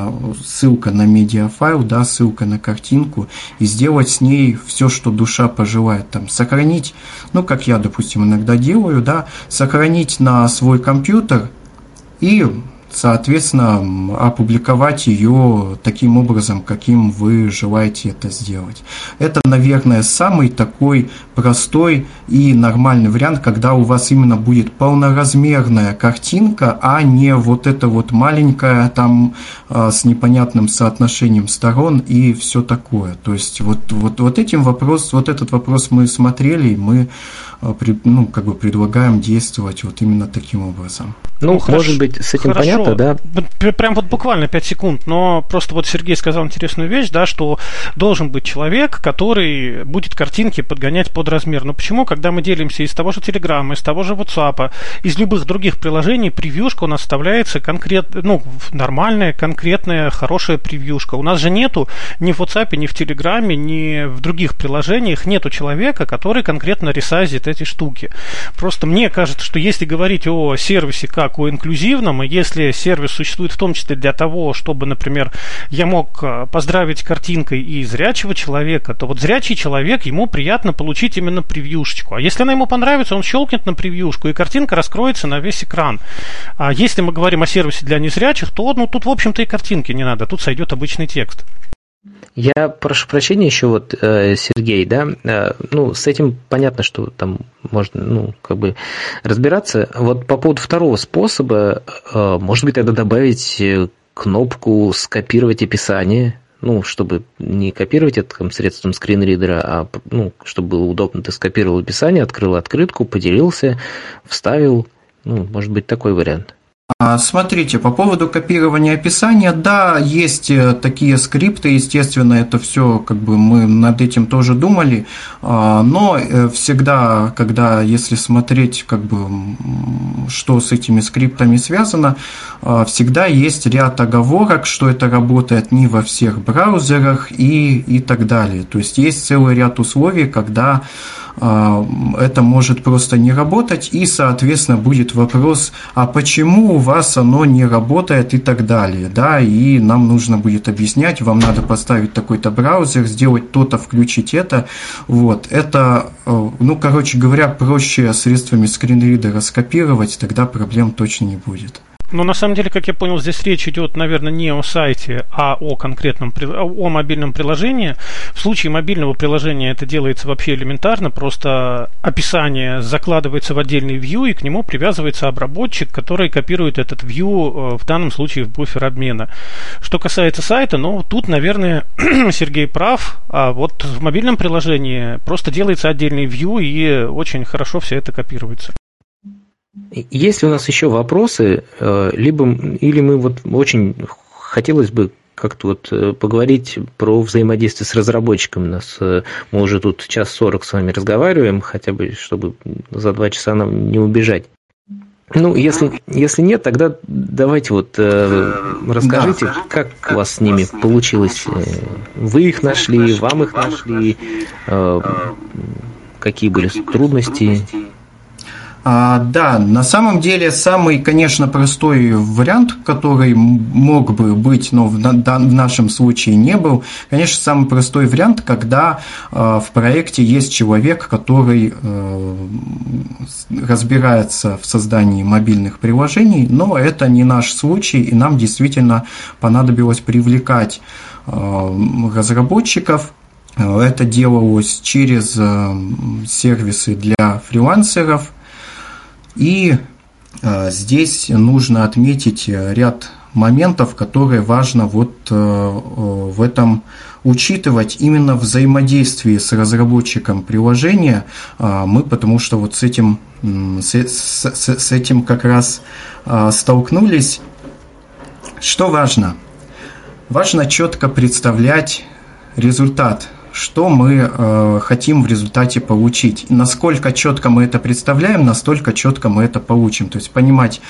на медиафайл, да, ссылка на картинку, и сделать с ней все, что душа пожелает, там, сохранить, ну, как я, допустим, иногда делаю, да, сохранить на свой компьютер и, соответственно, опубликовать ее таким образом, каким вы желаете это сделать. Это, наверное, самый такой простой и нормальный вариант, когда у вас именно будет полноразмерная картинка, а не вот эта вот маленькая там с непонятным соотношением сторон и все такое. То есть вот этот вопрос мы смотрели, и мы предлагаем действовать вот именно таким образом. Ну, может быть, с этим хорошо. Понятно, да? Прям вот буквально 5 секунд, но просто вот Сергей сказал интересную вещь, да, что должен быть человек, который будет картинки подгонять под размер. Но почему, когда мы делимся из того же Телеграма, из того же WhatsApp, из любых других приложений, превьюшка у нас вставляется нормальная, конкретная, хорошая превьюшка. У нас же нету ни в WhatsApp, ни в Телеграме, ни в других приложениях нету человека, который конкретно ресайзит эти штуки. Просто мне кажется, что если говорить о сервисе как о инклюзивном, и если сервис существует в том числе для того, чтобы, например, я мог поздравить картинкой и зрячего человека, то вот зрячий человек, ему приятно получить именно превьюшечку. А если она ему понравится, он щелкнет на превьюшку, и картинка раскроется на весь экран. А если мы говорим о сервисе для незрячих, то тут, в общем-то, и картинки не надо, тут сойдет обычный текст. Я прошу прощения еще вот, Сергей, да, с этим понятно, что там можно, разбираться. Вот по поводу второго способа, может быть, тогда добавить кнопку «Скопировать описание», чтобы не копировать это средством скринридера, а, чтобы было удобно, ты скопировал описание, открыл открытку, поделился, вставил, может быть, такой вариант. Смотрите, по поводу копирования описания, да, есть такие скрипты, естественно, это все, мы над этим тоже думали, но всегда, если смотреть, что с этими скриптами связано, всегда есть ряд оговорок, что это работает не во всех браузерах и так далее. То есть есть целый ряд условий, когда это может просто не работать, и, соответственно, будет вопрос, а почему у вас оно не работает и так далее, да, и нам нужно будет объяснять, вам надо поставить такой-то браузер, сделать то-то, включить это, это, короче говоря, проще средствами скринридера скопировать, тогда проблем точно не будет. Но на самом деле, как я понял, здесь речь идет, наверное, не о сайте, а о мобильном приложении. В случае мобильного приложения это делается вообще элементарно, просто описание закладывается в отдельный view, и к нему привязывается обработчик, который копирует этот view, в данном случае в буфер обмена. Что касается сайта, тут, наверное, Сергей прав, а вот в мобильном приложении просто делается отдельный view, и очень хорошо все это копируется. Есть ли у нас еще вопросы, или мы вот очень хотелось бы как-то вот поговорить про взаимодействие с разработчиком. Мы уже тут 1:40 с вами разговариваем, хотя бы, чтобы за 2 часа нам не убежать. Ну, если нет, тогда давайте вот расскажите, как у вас с ними получилось. Вы их нашли, вам их нашли, какие были трудности? Да, на самом деле самый, конечно, простой вариант, который мог бы быть, но в нашем случае не был, конечно, самый простой вариант, когда в проекте есть человек, который разбирается в создании мобильных приложений, но это не наш случай, и нам действительно понадобилось привлекать разработчиков. Это делалось через сервисы для фрилансеров. И здесь нужно отметить ряд моментов, которые важно вот в этом учитывать именно в взаимодействии с разработчиком приложения. Потому что вот с этим как раз столкнулись. Что важно? Важно четко представлять результат, что мы хотим в результате получить. Насколько четко мы это представляем, настолько четко мы это получим. То есть понимать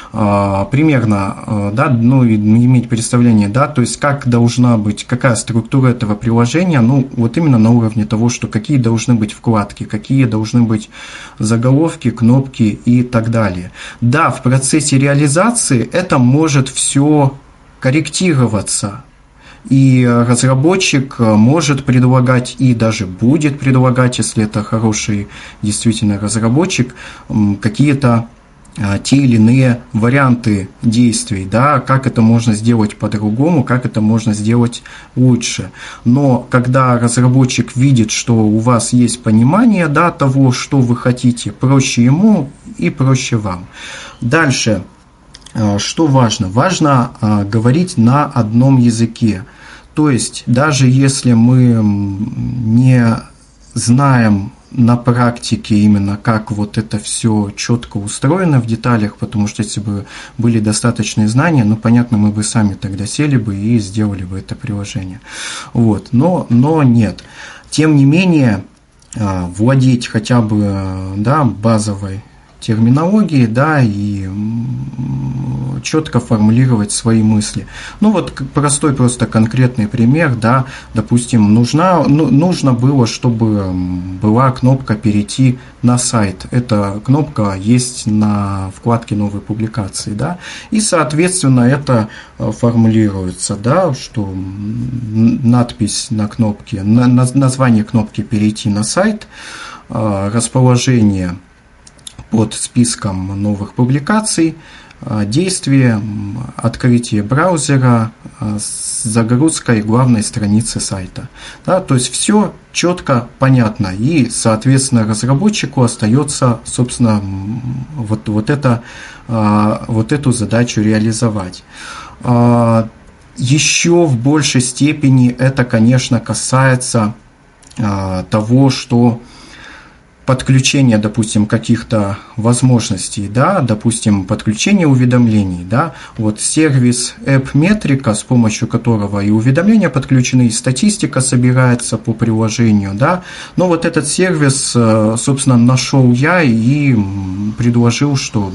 примерно, да, ну, иметь представление, да, то есть как должна быть, какая структура этого приложения, ну, вот именно на уровне того, что какие должны быть вкладки, какие должны быть заголовки, кнопки и так далее. Да, в процессе реализации это может все корректироваться. И разработчик может предлагать и даже будет предлагать, если это хороший действительно разработчик, какие-то те или иные варианты действий, да, как это можно сделать по-другому, как это можно сделать лучше. Но когда разработчик видит, что у вас есть понимание, да, того, что вы хотите, проще ему и проще вам. Дальше. Что важно? Важно говорить на одном языке. То есть, даже если мы не знаем на практике именно, как вот это все четко устроено в деталях, потому что если бы были достаточные знания, ну, понятно, мы бы сами тогда сели бы и сделали бы это приложение. Вот. Но нет. Тем не менее, владеть хотя бы, да, базовой терминологии, да, и четко формулировать свои мысли. Ну вот простой просто конкретный пример, да, допустим, нужно было, чтобы была кнопка «Перейти на сайт». Эта кнопка есть на вкладке «Новые публикации», да, и, соответственно, это формулируется, да, что надпись на кнопке, название кнопки «Перейти на сайт», расположение под списком новых публикаций, действие, открытие браузера, загрузка и главной страницы сайта. Да, то есть все четко, понятно, и, соответственно, разработчику остается, собственно, вот эту задачу реализовать. Еще в большей степени это, конечно, касается того, что подключение, допустим, каких-то возможностей, да, допустим, подключение уведомлений, да, вот сервис AppMetrica, с помощью которого и уведомления подключены, и статистика собирается по приложению, да, но вот этот сервис, собственно, нашел я и предложил, что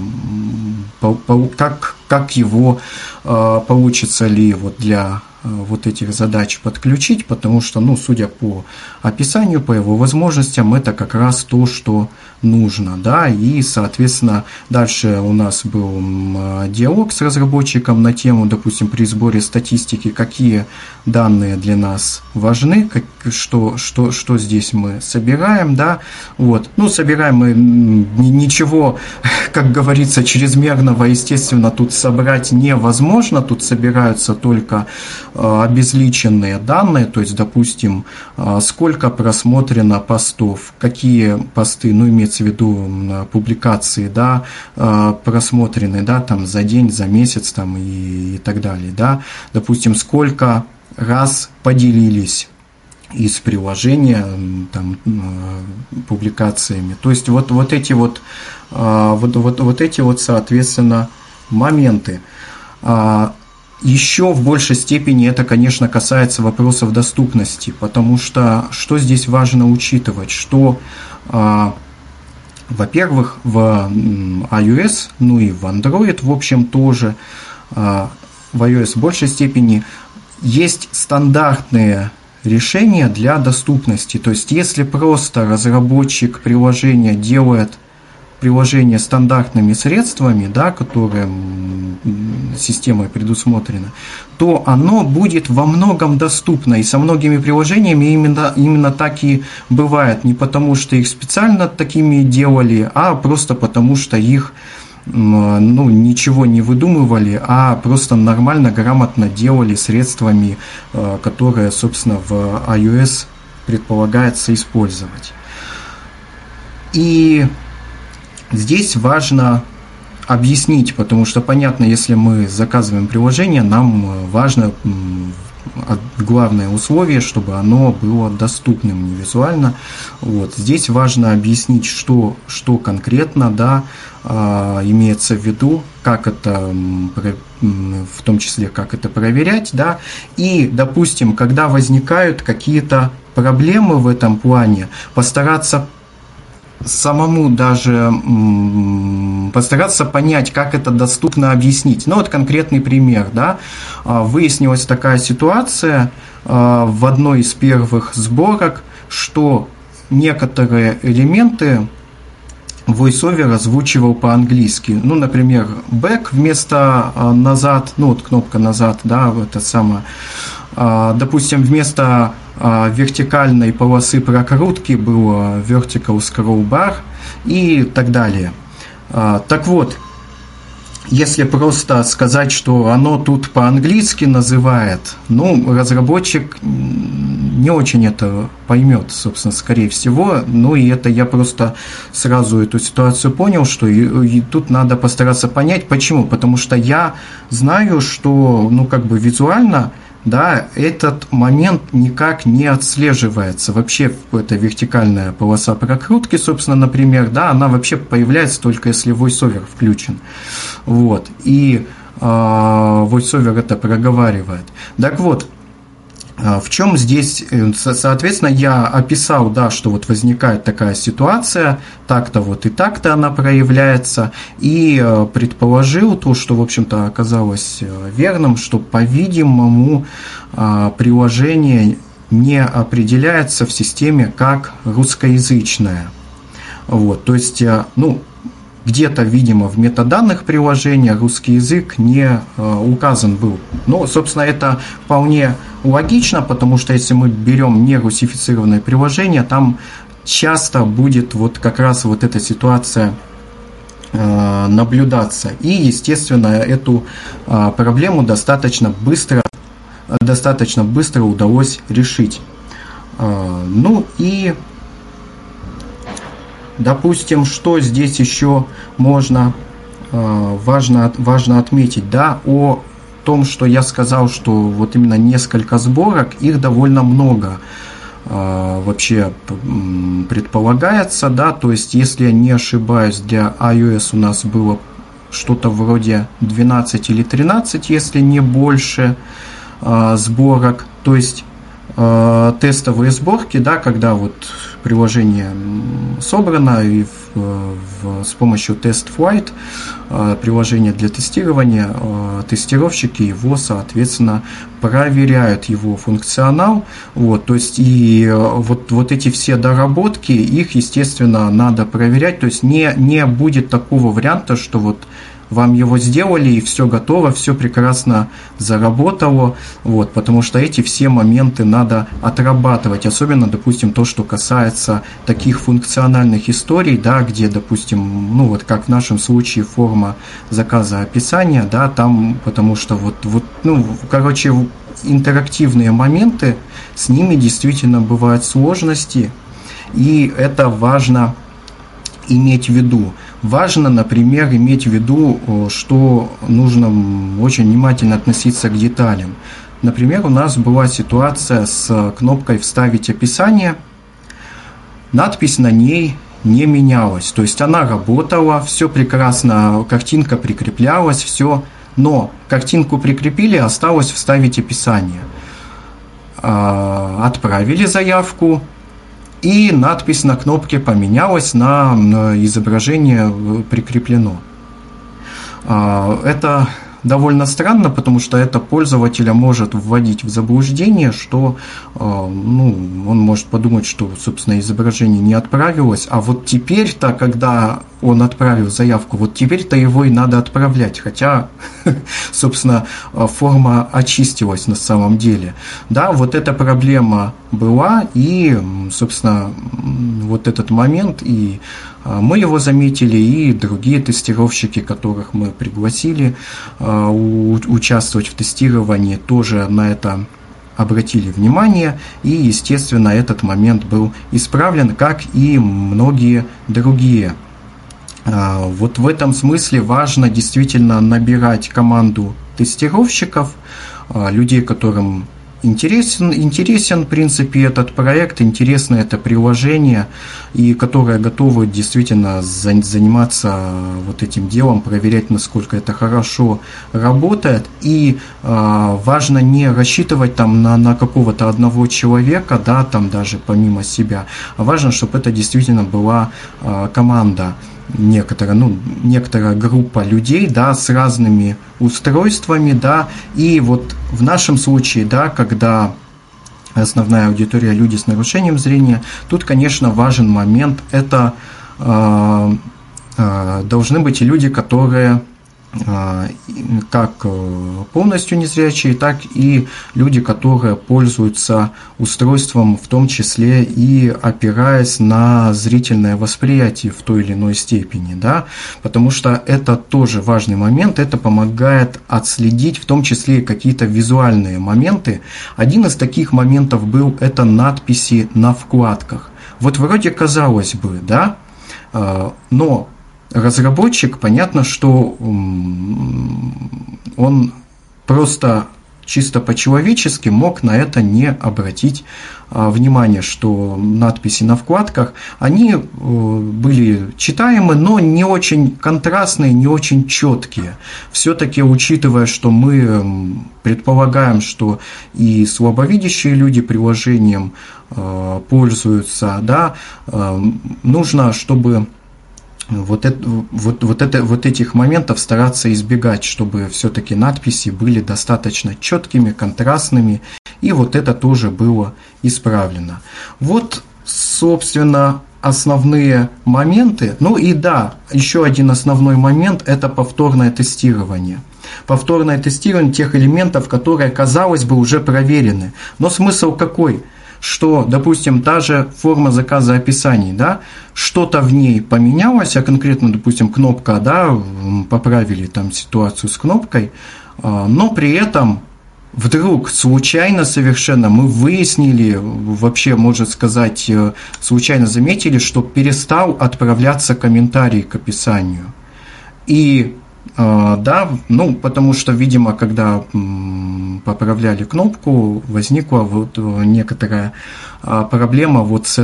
как его получится ли вот для вот этих задач подключить, потому что, ну, судя по описанию, по его возможностям, это как раз то, что нужно, да, и, соответственно, дальше у нас был диалог с разработчиком на тему, допустим, при сборе статистики, какие данные для нас важны, что здесь мы собираем, да, вот, ну, собираем мы ничего, как говорится, чрезмерного, естественно, тут собрать невозможно, тут собираются только обезличенные данные, то есть, допустим, сколько просмотрено постов, какие посты, ну, имеется в виду публикации, да, просмотрены, да, там за день, за месяц, там и так далее, да, допустим, сколько раз поделились из приложения там, публикациями. То есть вот эти вот, соответственно, моменты. Еще в большей степени это, конечно, касается вопросов доступности, потому что здесь важно учитывать, что, во-первых, в iOS, ну и в Android, в общем, тоже, в iOS в большей степени есть стандартные решения для доступности. То есть, если просто разработчик приложения делает приложение стандартными средствами, да, которые системой предусмотрено, то оно будет во многом доступно. И со многими приложениями именно так и бывает. Не потому, что их специально такими делали, а просто потому, что их ничего не выдумывали, а просто нормально, грамотно делали средствами, которые, собственно, в iOS предполагается использовать. И здесь важно объяснить, потому что, понятно, если мы заказываем приложение, нам важно главное условие, чтобы оно было доступным не визуально. Вот. Здесь важно объяснить, что конкретно, да, имеется в виду, как это, в том числе, как это проверять, да, и, допустим, когда возникают какие-то проблемы в этом плане, постараться самому даже постараться понять, как это доступно объяснить. Ну, вот конкретный пример, да, выяснилась такая ситуация в одной из первых сборок, что некоторые элементы VoiceOver озвучивал по-английски. Ну, например, back вместо назад, ну, вот кнопка назад, да, это самое. Допустим, вместо вертикальной полосы прокрутки было vertical scroll bar и так далее. Так вот, если просто сказать, что оно тут по-английски называет, ну, разработчик не очень это поймет, собственно, скорее всего. Ну, и это я просто сразу эту ситуацию понял, что и тут надо постараться понять, почему. Потому что я знаю, что, ну, как бы визуально, да, этот момент никак не отслеживается. Вообще, эта вертикальная полоса прокрутки, собственно, например, да, она вообще появляется только если VoiceOver включен. Вот. И VoiceOver это проговаривает. Так вот, в чем здесь, соответственно, я описал, да, что вот возникает такая ситуация, так-то вот и так-то она проявляется, и предположил то, что, в общем-то, оказалось верным, что, по-видимому, приложение не определяется в системе как русскоязычное. Вот, то есть, ну, где-то, видимо, в метаданных приложения русский язык не указан был. Но, собственно, это вполне логично, потому что если мы берем не русифицированное приложение, там часто будет вот как раз вот эта ситуация наблюдаться. И, естественно, эту проблему достаточно быстро удалось решить. Ну и допустим, что здесь еще можно важно отметить, да, о том, что я сказал, что вот именно несколько сборок, их довольно много вообще предполагается, да, то есть, если я не ошибаюсь, для iOS у нас было что-то вроде 12 или 13, если не больше сборок, то есть тестовые сборки, да, когда вот приложение собрано и с помощью TestFlight, приложение для тестирования, тестировщики его, соответственно, проверяют его функционал. Вот, то есть и вот эти все доработки, их, естественно, надо проверять. То есть не будет такого варианта, что вот вам его сделали, и все готово, все прекрасно заработало, вот, потому что эти все моменты надо отрабатывать, особенно, допустим, то, что касается таких функциональных историй, да, где, допустим, ну, вот как в нашем случае форма заказа описания, да, там, потому что ну, короче, интерактивные моменты, с ними действительно бывают сложности, и это важно иметь в виду. Важно, например, иметь в виду, что нужно очень внимательно относиться к деталям. например, у нас была ситуация с кнопкой «Вставить описание». Надпись на ней не менялась. То есть она работала, все прекрасно, картинка прикреплялась, все. Но картинку прикрепили, осталось вставить описание. Отправили заявку, и надпись на кнопке поменялась, на изображение прикреплено. Это довольно странно, потому что это пользователя может вводить в заблуждение, что он может подумать, что, собственно, изображение не отправилось, а вот теперь-то, когда он отправил заявку, вот теперь-то его и надо отправлять, хотя, собственно, форма очистилась на самом деле. Да, вот эта проблема была, и, собственно, вот этот момент, и мы его заметили, и другие тестировщики, которых мы пригласили участвовать в тестировании, тоже на это обратили внимание, и, естественно, этот момент был исправлен, как и многие другие. Вот в этом смысле важно действительно набирать команду тестировщиков, людей, которым интересен, в принципе, этот проект, интересно это приложение, и которые готовы действительно заниматься вот этим делом, проверять, насколько это хорошо работает. И важно не рассчитывать там на какого-то одного человека, да, там даже помимо себя, а важно, чтобы это действительно была команда, некоторая группа людей, да, с разными устройствами, да, и вот в нашем случае, да, когда основная аудитория люди с нарушением зрения, тут, конечно, важен момент, это должны быть и люди, которые как полностью незрячие, так и люди, которые пользуются устройством, в том числе и опираясь на зрительное восприятие в той или иной степени, да, потому что это тоже важный момент, это помогает отследить в том числе и какие-то визуальные моменты. Один из таких моментов был это надписи на вкладках. Вот вроде казалось бы, да, но разработчик, понятно, что он просто чисто по-человечески мог на это не обратить внимание, что надписи на вкладках, они были читаемы, но не очень контрастные, не очень четкие. Все-таки, учитывая, что мы предполагаем, что и слабовидящие люди приложением пользуются, да, нужно, чтобы вот этих моментов стараться избегать, чтобы все-таки надписи были достаточно четкими, контрастными, и вот это тоже было исправлено. Вот, собственно, основные моменты. Ну и да, еще один основной момент – это повторное тестирование. Повторное тестирование тех элементов, которые, казалось бы, уже проверены. Но смысл какой? Что, допустим, та же форма заказа описаний, да, что-то в ней поменялось, а конкретно, допустим, кнопка, да, поправили там ситуацию с кнопкой, но при этом вдруг случайно совершенно мы выяснили, вообще, можно сказать, случайно заметили, что перестал отправляться комментарий к описанию. И да, потому что, видимо, когда поправляли кнопку, возникла вот некоторая проблема вот с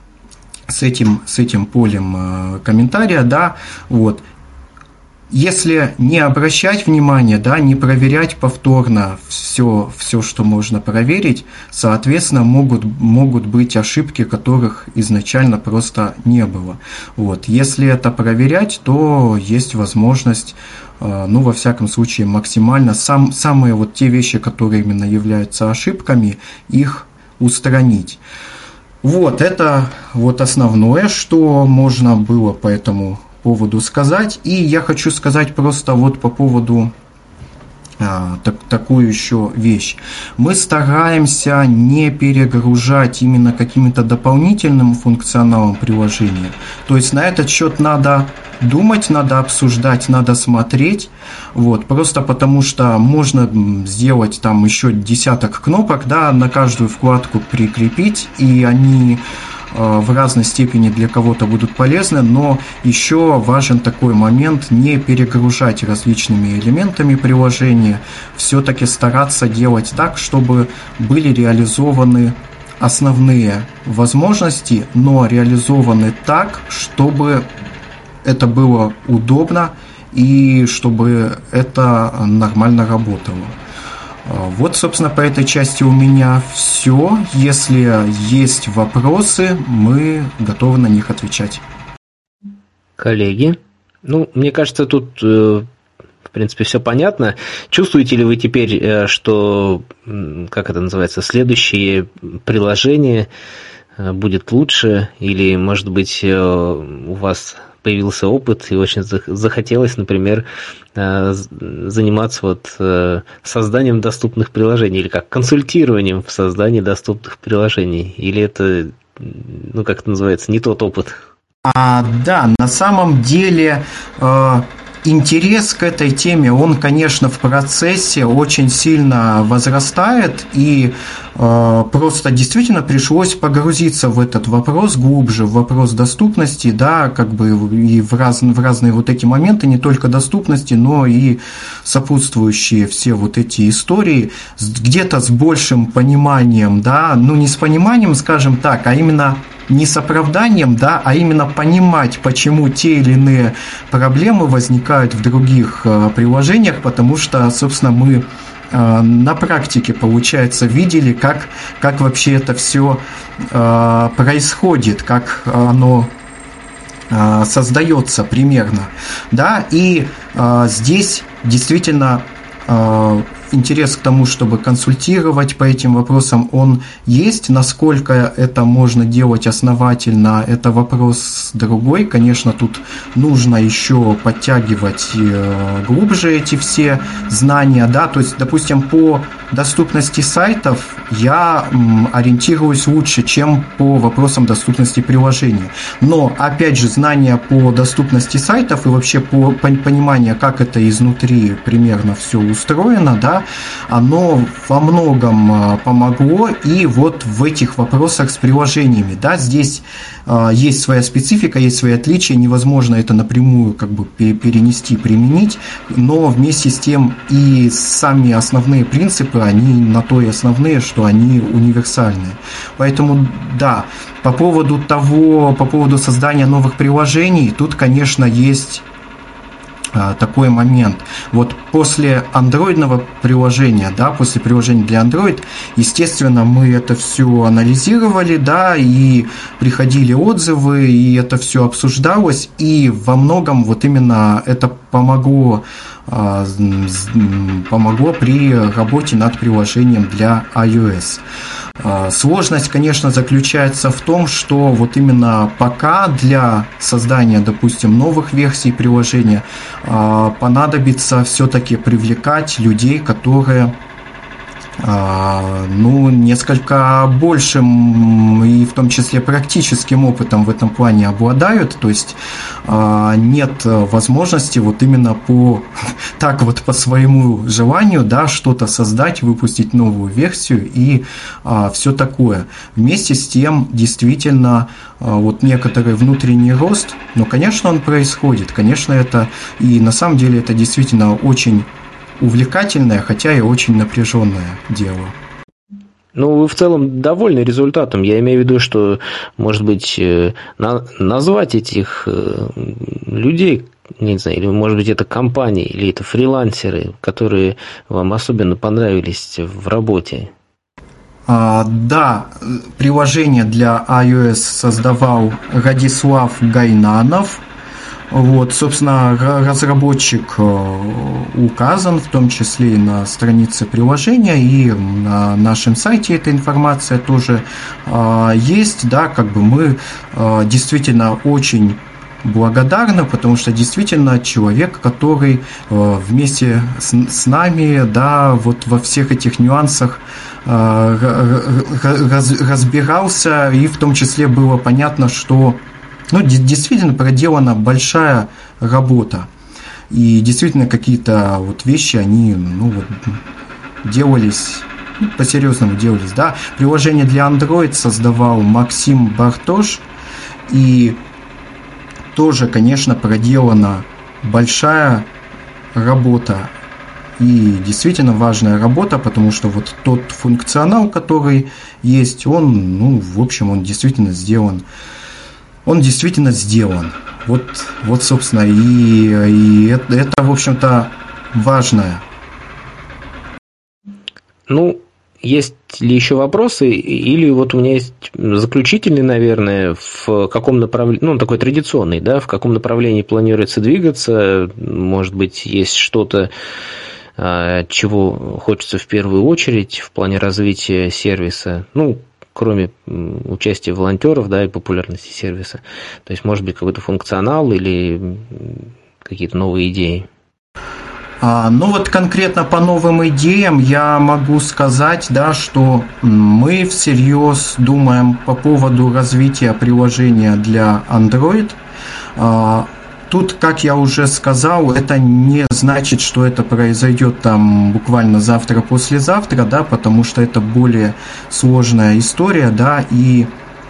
этим полем комментария, да, вот. Если не обращать внимания, да, не проверять повторно все, что можно проверить, соответственно, могут быть ошибки, которых изначально просто не было. Вот. Если это проверять, то есть возможность, во всяком случае, максимально самые вот те вещи, которые именно являются ошибками, их устранить. Вот, это вот основное, что можно было по этому поводу сказать. И я хочу сказать просто вот по поводу такую еще вещь. Мы стараемся не перегружать именно каким-то дополнительным функционалом приложения. То есть на этот счет надо думать, надо обсуждать, надо смотреть. Вот, просто потому что можно сделать там еще десяток кнопок, да, на каждую вкладку прикрепить, и они в разной степени для кого-то будут полезны, но еще важен такой момент: не перегружать различными элементами приложения, все-таки стараться делать так, чтобы были реализованы основные возможности, но реализованы так, чтобы это было удобно и чтобы это нормально работало. Вот, собственно, по этой части у меня все. Если есть вопросы, мы готовы на них отвечать. Коллеги, мне кажется, тут, в принципе, все понятно. Чувствуете ли вы теперь, что, как это называется, следующее приложение будет лучше, или, может быть, у вас появился опыт и очень захотелось, например, заниматься созданием доступных приложений, или как консультированием в создании доступных приложений, или это, как это называется, не тот опыт? Да, на самом деле интерес к этой теме, он, конечно, в процессе очень сильно возрастает, и просто действительно пришлось погрузиться в этот вопрос глубже, в вопрос доступности, да, и в разные вот эти моменты, не только доступности, но и сопутствующие все вот эти истории, где-то с большим пониманием, да, не с пониманием, скажем так, а именно не с оправданием, да, а именно понимать, почему те или иные проблемы возникают в других приложениях, потому что, собственно, мы на практике, получается, видели, как вообще это все происходит, как оно создается примерно, да, и здесь действительно интерес к тому, чтобы консультировать по этим вопросам, он есть. Насколько это можно делать основательно, это вопрос другой. Конечно, тут нужно еще подтягивать глубже эти все знания, да, то есть, допустим, по доступности сайтов я ориентируюсь лучше, чем по вопросам доступности приложения. Но, опять же, знания по доступности сайтов и вообще по пониманию, как это изнутри примерно все устроено, да, оно во многом помогло и вот в этих вопросах с приложениями, да, здесь есть своя специфика, есть свои отличия, невозможно это напрямую перенести, применить, но вместе с тем и сами основные принципы, они на то и основные, что они универсальные. Поэтому, да, по поводу создания новых приложений, тут, конечно, есть такой момент. Вот после андроидного приложения, да, после приложения для Android, естественно, мы это все анализировали, да, и приходили отзывы, и это все обсуждалось, и во многом вот именно это помогло при работе над приложением для iOS. Сложность, конечно, заключается в том, что вот именно пока для создания, допустим, новых версий приложения понадобится все-таки привлекать людей, которые несколько большим и в том числе практическим опытом в этом плане обладают, то есть нет возможности вот именно по своему желанию, да, что-то создать, выпустить новую версию и все такое. Вместе с тем, действительно, вот некоторый внутренний рост, конечно, он происходит, конечно, это и на самом деле это действительно очень увлекательное, хотя и очень напряженное дело. Вы в целом довольны результатом. Я имею в виду, что, может быть, назвать этих людей, не знаю, или, может быть, это компании, или это фрилансеры, которые вам особенно понравились в работе. Да, приложение для iOS создавал Радислав Гайнанов. Вот, собственно, разработчик указан, в том числе и на странице приложения, и на нашем сайте эта информация тоже есть, да, мы действительно очень благодарны, потому что действительно человек, который вместе с нами, да, вот во всех этих нюансах разбирался, и в том числе было понятно, что действительно проделана большая работа. И действительно какие-то вот вещи, они делались по-серьезному делались, да. Приложение для Android создавал Максим Бартош, и тоже, конечно, проделана большая работа и действительно важная работа, потому что вот тот функционал, который есть, он, ну, в общем, он действительно сделан. Он действительно сделан. Вот собственно, и это, в общем-то, важное. Ну, есть ли еще вопросы? Или вот у меня есть заключительный, наверное, в каком направлении, ну, такой традиционный, да, в каком направлении планируется двигаться? Может быть, есть что-то, чего хочется в первую очередь в плане развития сервиса, ну, кроме участия волонтеров, да, и популярности сервиса. То есть, может быть, какой-то функционал или какие-то новые идеи. Ну вот конкретно по новым идеям я могу сказать, да, что мы всерьез думаем по поводу развития приложения для Android. Тут, как я уже сказал, это не значит, что это произойдет там буквально завтра-послезавтра, да, потому что это более сложная история, да, и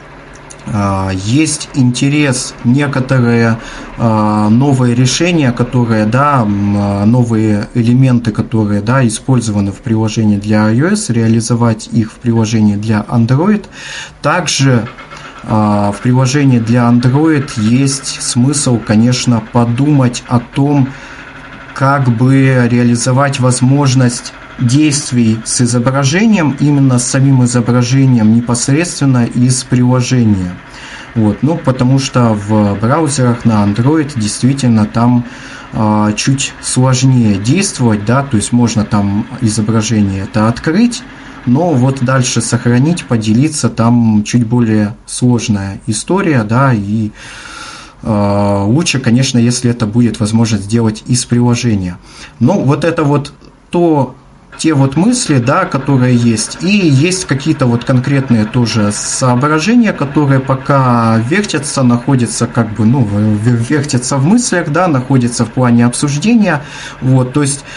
есть интерес, некоторые новые решения, которые, да, новые элементы, которые, да, использованы в приложении для iOS, реализовать их в приложении для Android. Также в приложении для Android есть смысл, конечно, подумать о том, как бы реализовать возможность действий с изображением, именно с самим изображением непосредственно из приложения. Вот. Ну, потому что в браузерах на Android действительно там чуть сложнее действовать, да, то есть можно там изображение это открыть, но вот дальше сохранить, поделиться, там чуть более сложная история, да, и лучше, конечно, если это будет возможно сделать из приложения. Но вот это вот те вот мысли, да, которые есть, и есть какие-то вот конкретные тоже соображения, которые пока вертятся, находятся как бы, ну, вертятся в мыслях, да, находятся в плане обсуждения, вот, то есть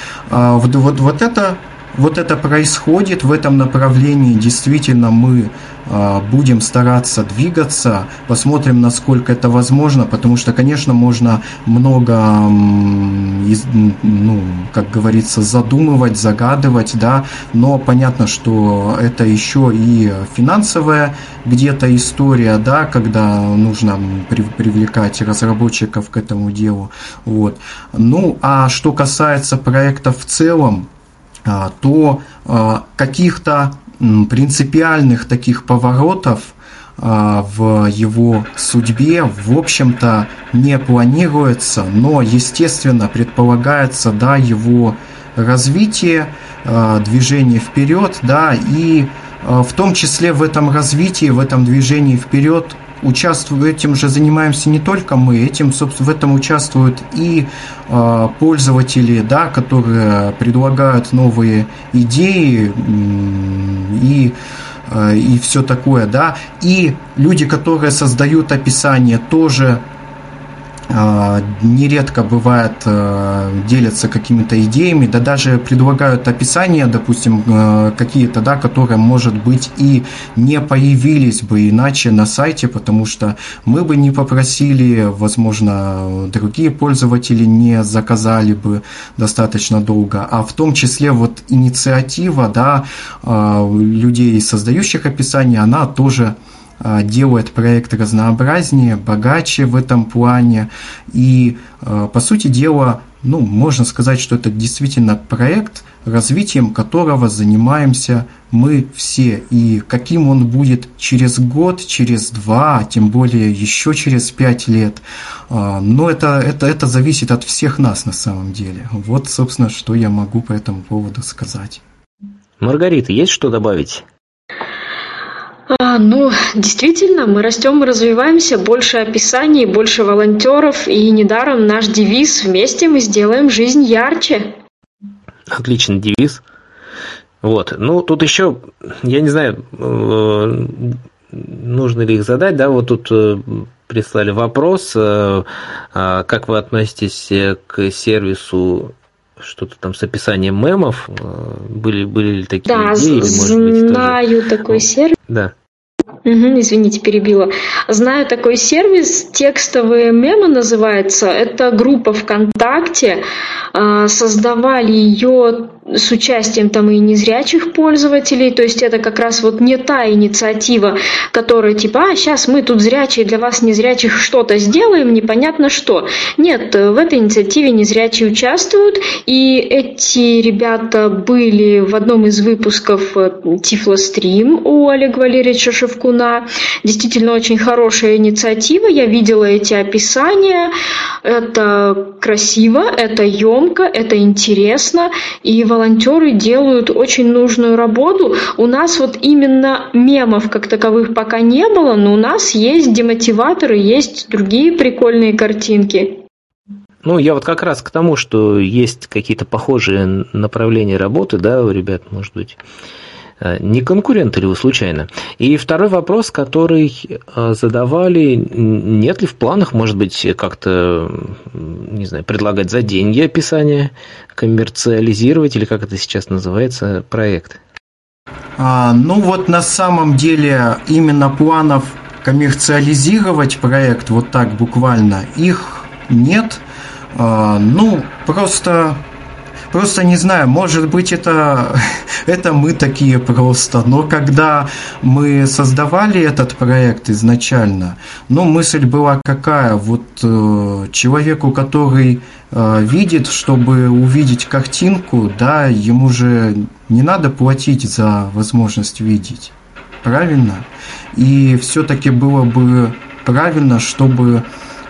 вот это происходит, в этом направлении действительно мы будем стараться двигаться, посмотрим, насколько это возможно, потому что, конечно, можно много, ну, как говорится, задумывать, загадывать, да, но понятно, что это еще и финансовая где-то история, да, когда нужно привлекать разработчиков к этому делу, вот. Ну, а что касается проекта в целом, то каких-то принципиальных таких поворотов в его судьбе, в общем-то, не планируется, но, естественно, предполагается, да, его развитие, движение вперед, да, и в том числе в этом развитии, в этом движении вперед этим же занимаемся не только мы, этим, собственно, в этом участвуют и пользователи, да, которые предлагают новые идеи и все такое, да, и люди, которые создают описание, тоже нередко бывает делятся какими-то идеями, да даже предлагают описания, допустим, какие-то, да, которые, может быть, и не появились бы иначе на сайте, потому что мы бы не попросили, возможно, другие пользователи не заказали бы достаточно долго, а в том числе вот инициатива, да, людей, создающих описания, она тоже делает проект разнообразнее, богаче в этом плане. И, по сути дела, ну, можно сказать, что это действительно проект, развитием которого занимаемся мы все. И каким он будет через год, через 2, тем более еще через 5 лет, но это зависит от всех нас на самом деле. Вот, собственно, что я могу по этому поводу сказать. Маргарита, есть что добавить? Ну, действительно, мы растем и развиваемся, больше описаний, больше волонтеров, и недаром наш девиз «Вместе мы сделаем жизнь ярче». Отличный девиз. Вот. Ну, тут еще, я не знаю, нужно ли их задать, да, вот тут прислали вопрос, как вы относитесь к сервису что-то там с описанием мемов. Были ли такие Да, идеи? Или, может быть, знаю такой сервис. Да. Извините, перебила. Знаю такой сервис, текстовые мемы называется. Это группа ВКонтакте. Создавали ее с участием там и незрячих пользователей. То есть это как раз вот не та инициатива, которая типа, сейчас мы тут зрячие для вас незрячих что-то сделаем, непонятно что. Нет, в этой инициативе незрячие участвуют. И эти ребята были в одном из выпусков Тифлострим у Олега Валерьевича Шевкуна. Действительно очень хорошая инициатива. Я видела эти описания. Это красиво, это емко, это интересно. И волонтеры делают очень нужную работу. У нас вот именно мемов как таковых пока не было, но у нас есть демотиваторы, есть другие прикольные картинки. Ну, я вот как раз к тому, что есть какие-то похожие направления работы, да, у ребят, может быть. Не конкуренты ли вы случайно? И второй вопрос, который задавали, нет ли в планах, может быть, как-то, не знаю, предлагать за деньги описание, коммерциализировать, или как это сейчас называется, проект? Ну вот на самом деле именно планов коммерциализировать проект вот так буквально их нет. Ну, Просто не знаю, может быть, это мы такие просто. Но когда мы создавали этот проект изначально, мысль была какая? Вот человеку, который видит, чтобы увидеть картинку, да, ему же не надо платить за возможность видеть. Правильно? И все-таки было бы правильно, чтобы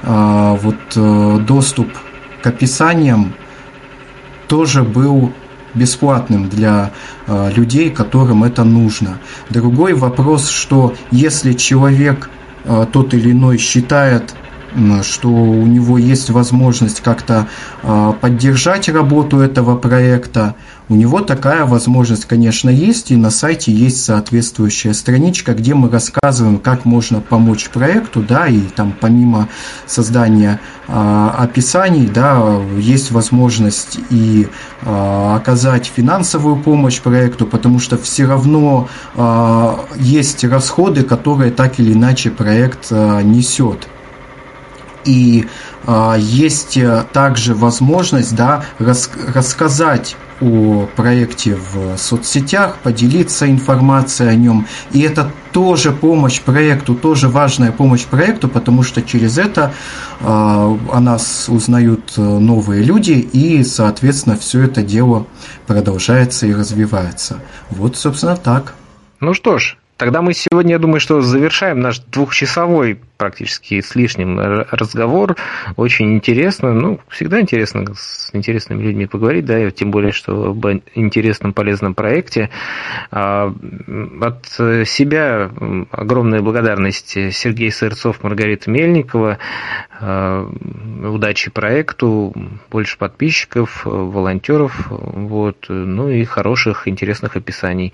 доступ к описаниям тоже был бесплатным для людей, которым это нужно. Другой вопрос, что если человек тот или иной считает, что у него есть возможность как-то поддержать работу этого проекта, у него такая возможность, конечно, есть, и на сайте есть соответствующая страничка, где мы рассказываем, как можно помочь проекту, да, и там помимо создания описаний, да, есть возможность и оказать финансовую помощь проекту, потому что все равно есть расходы, которые так или иначе проект несет. И есть также возможность, да, рассказать о проекте в соцсетях, поделиться информацией о нем. И это тоже помощь проекту, тоже важная помощь проекту, потому что через это о нас узнают новые люди, и, соответственно, все это дело продолжается и развивается. Вот, собственно, так. Ну что ж, тогда мы сегодня, я думаю, что завершаем наш двухчасовой практически с лишним разговор. Очень интересно. Всегда интересно с интересными людьми поговорить, да, и тем более, что об интересном, полезном проекте. От себя огромная благодарность Сергей Сырцов, Маргарита Мельникова. Удачи проекту, больше подписчиков, волонтеров, и хороших, интересных описаний.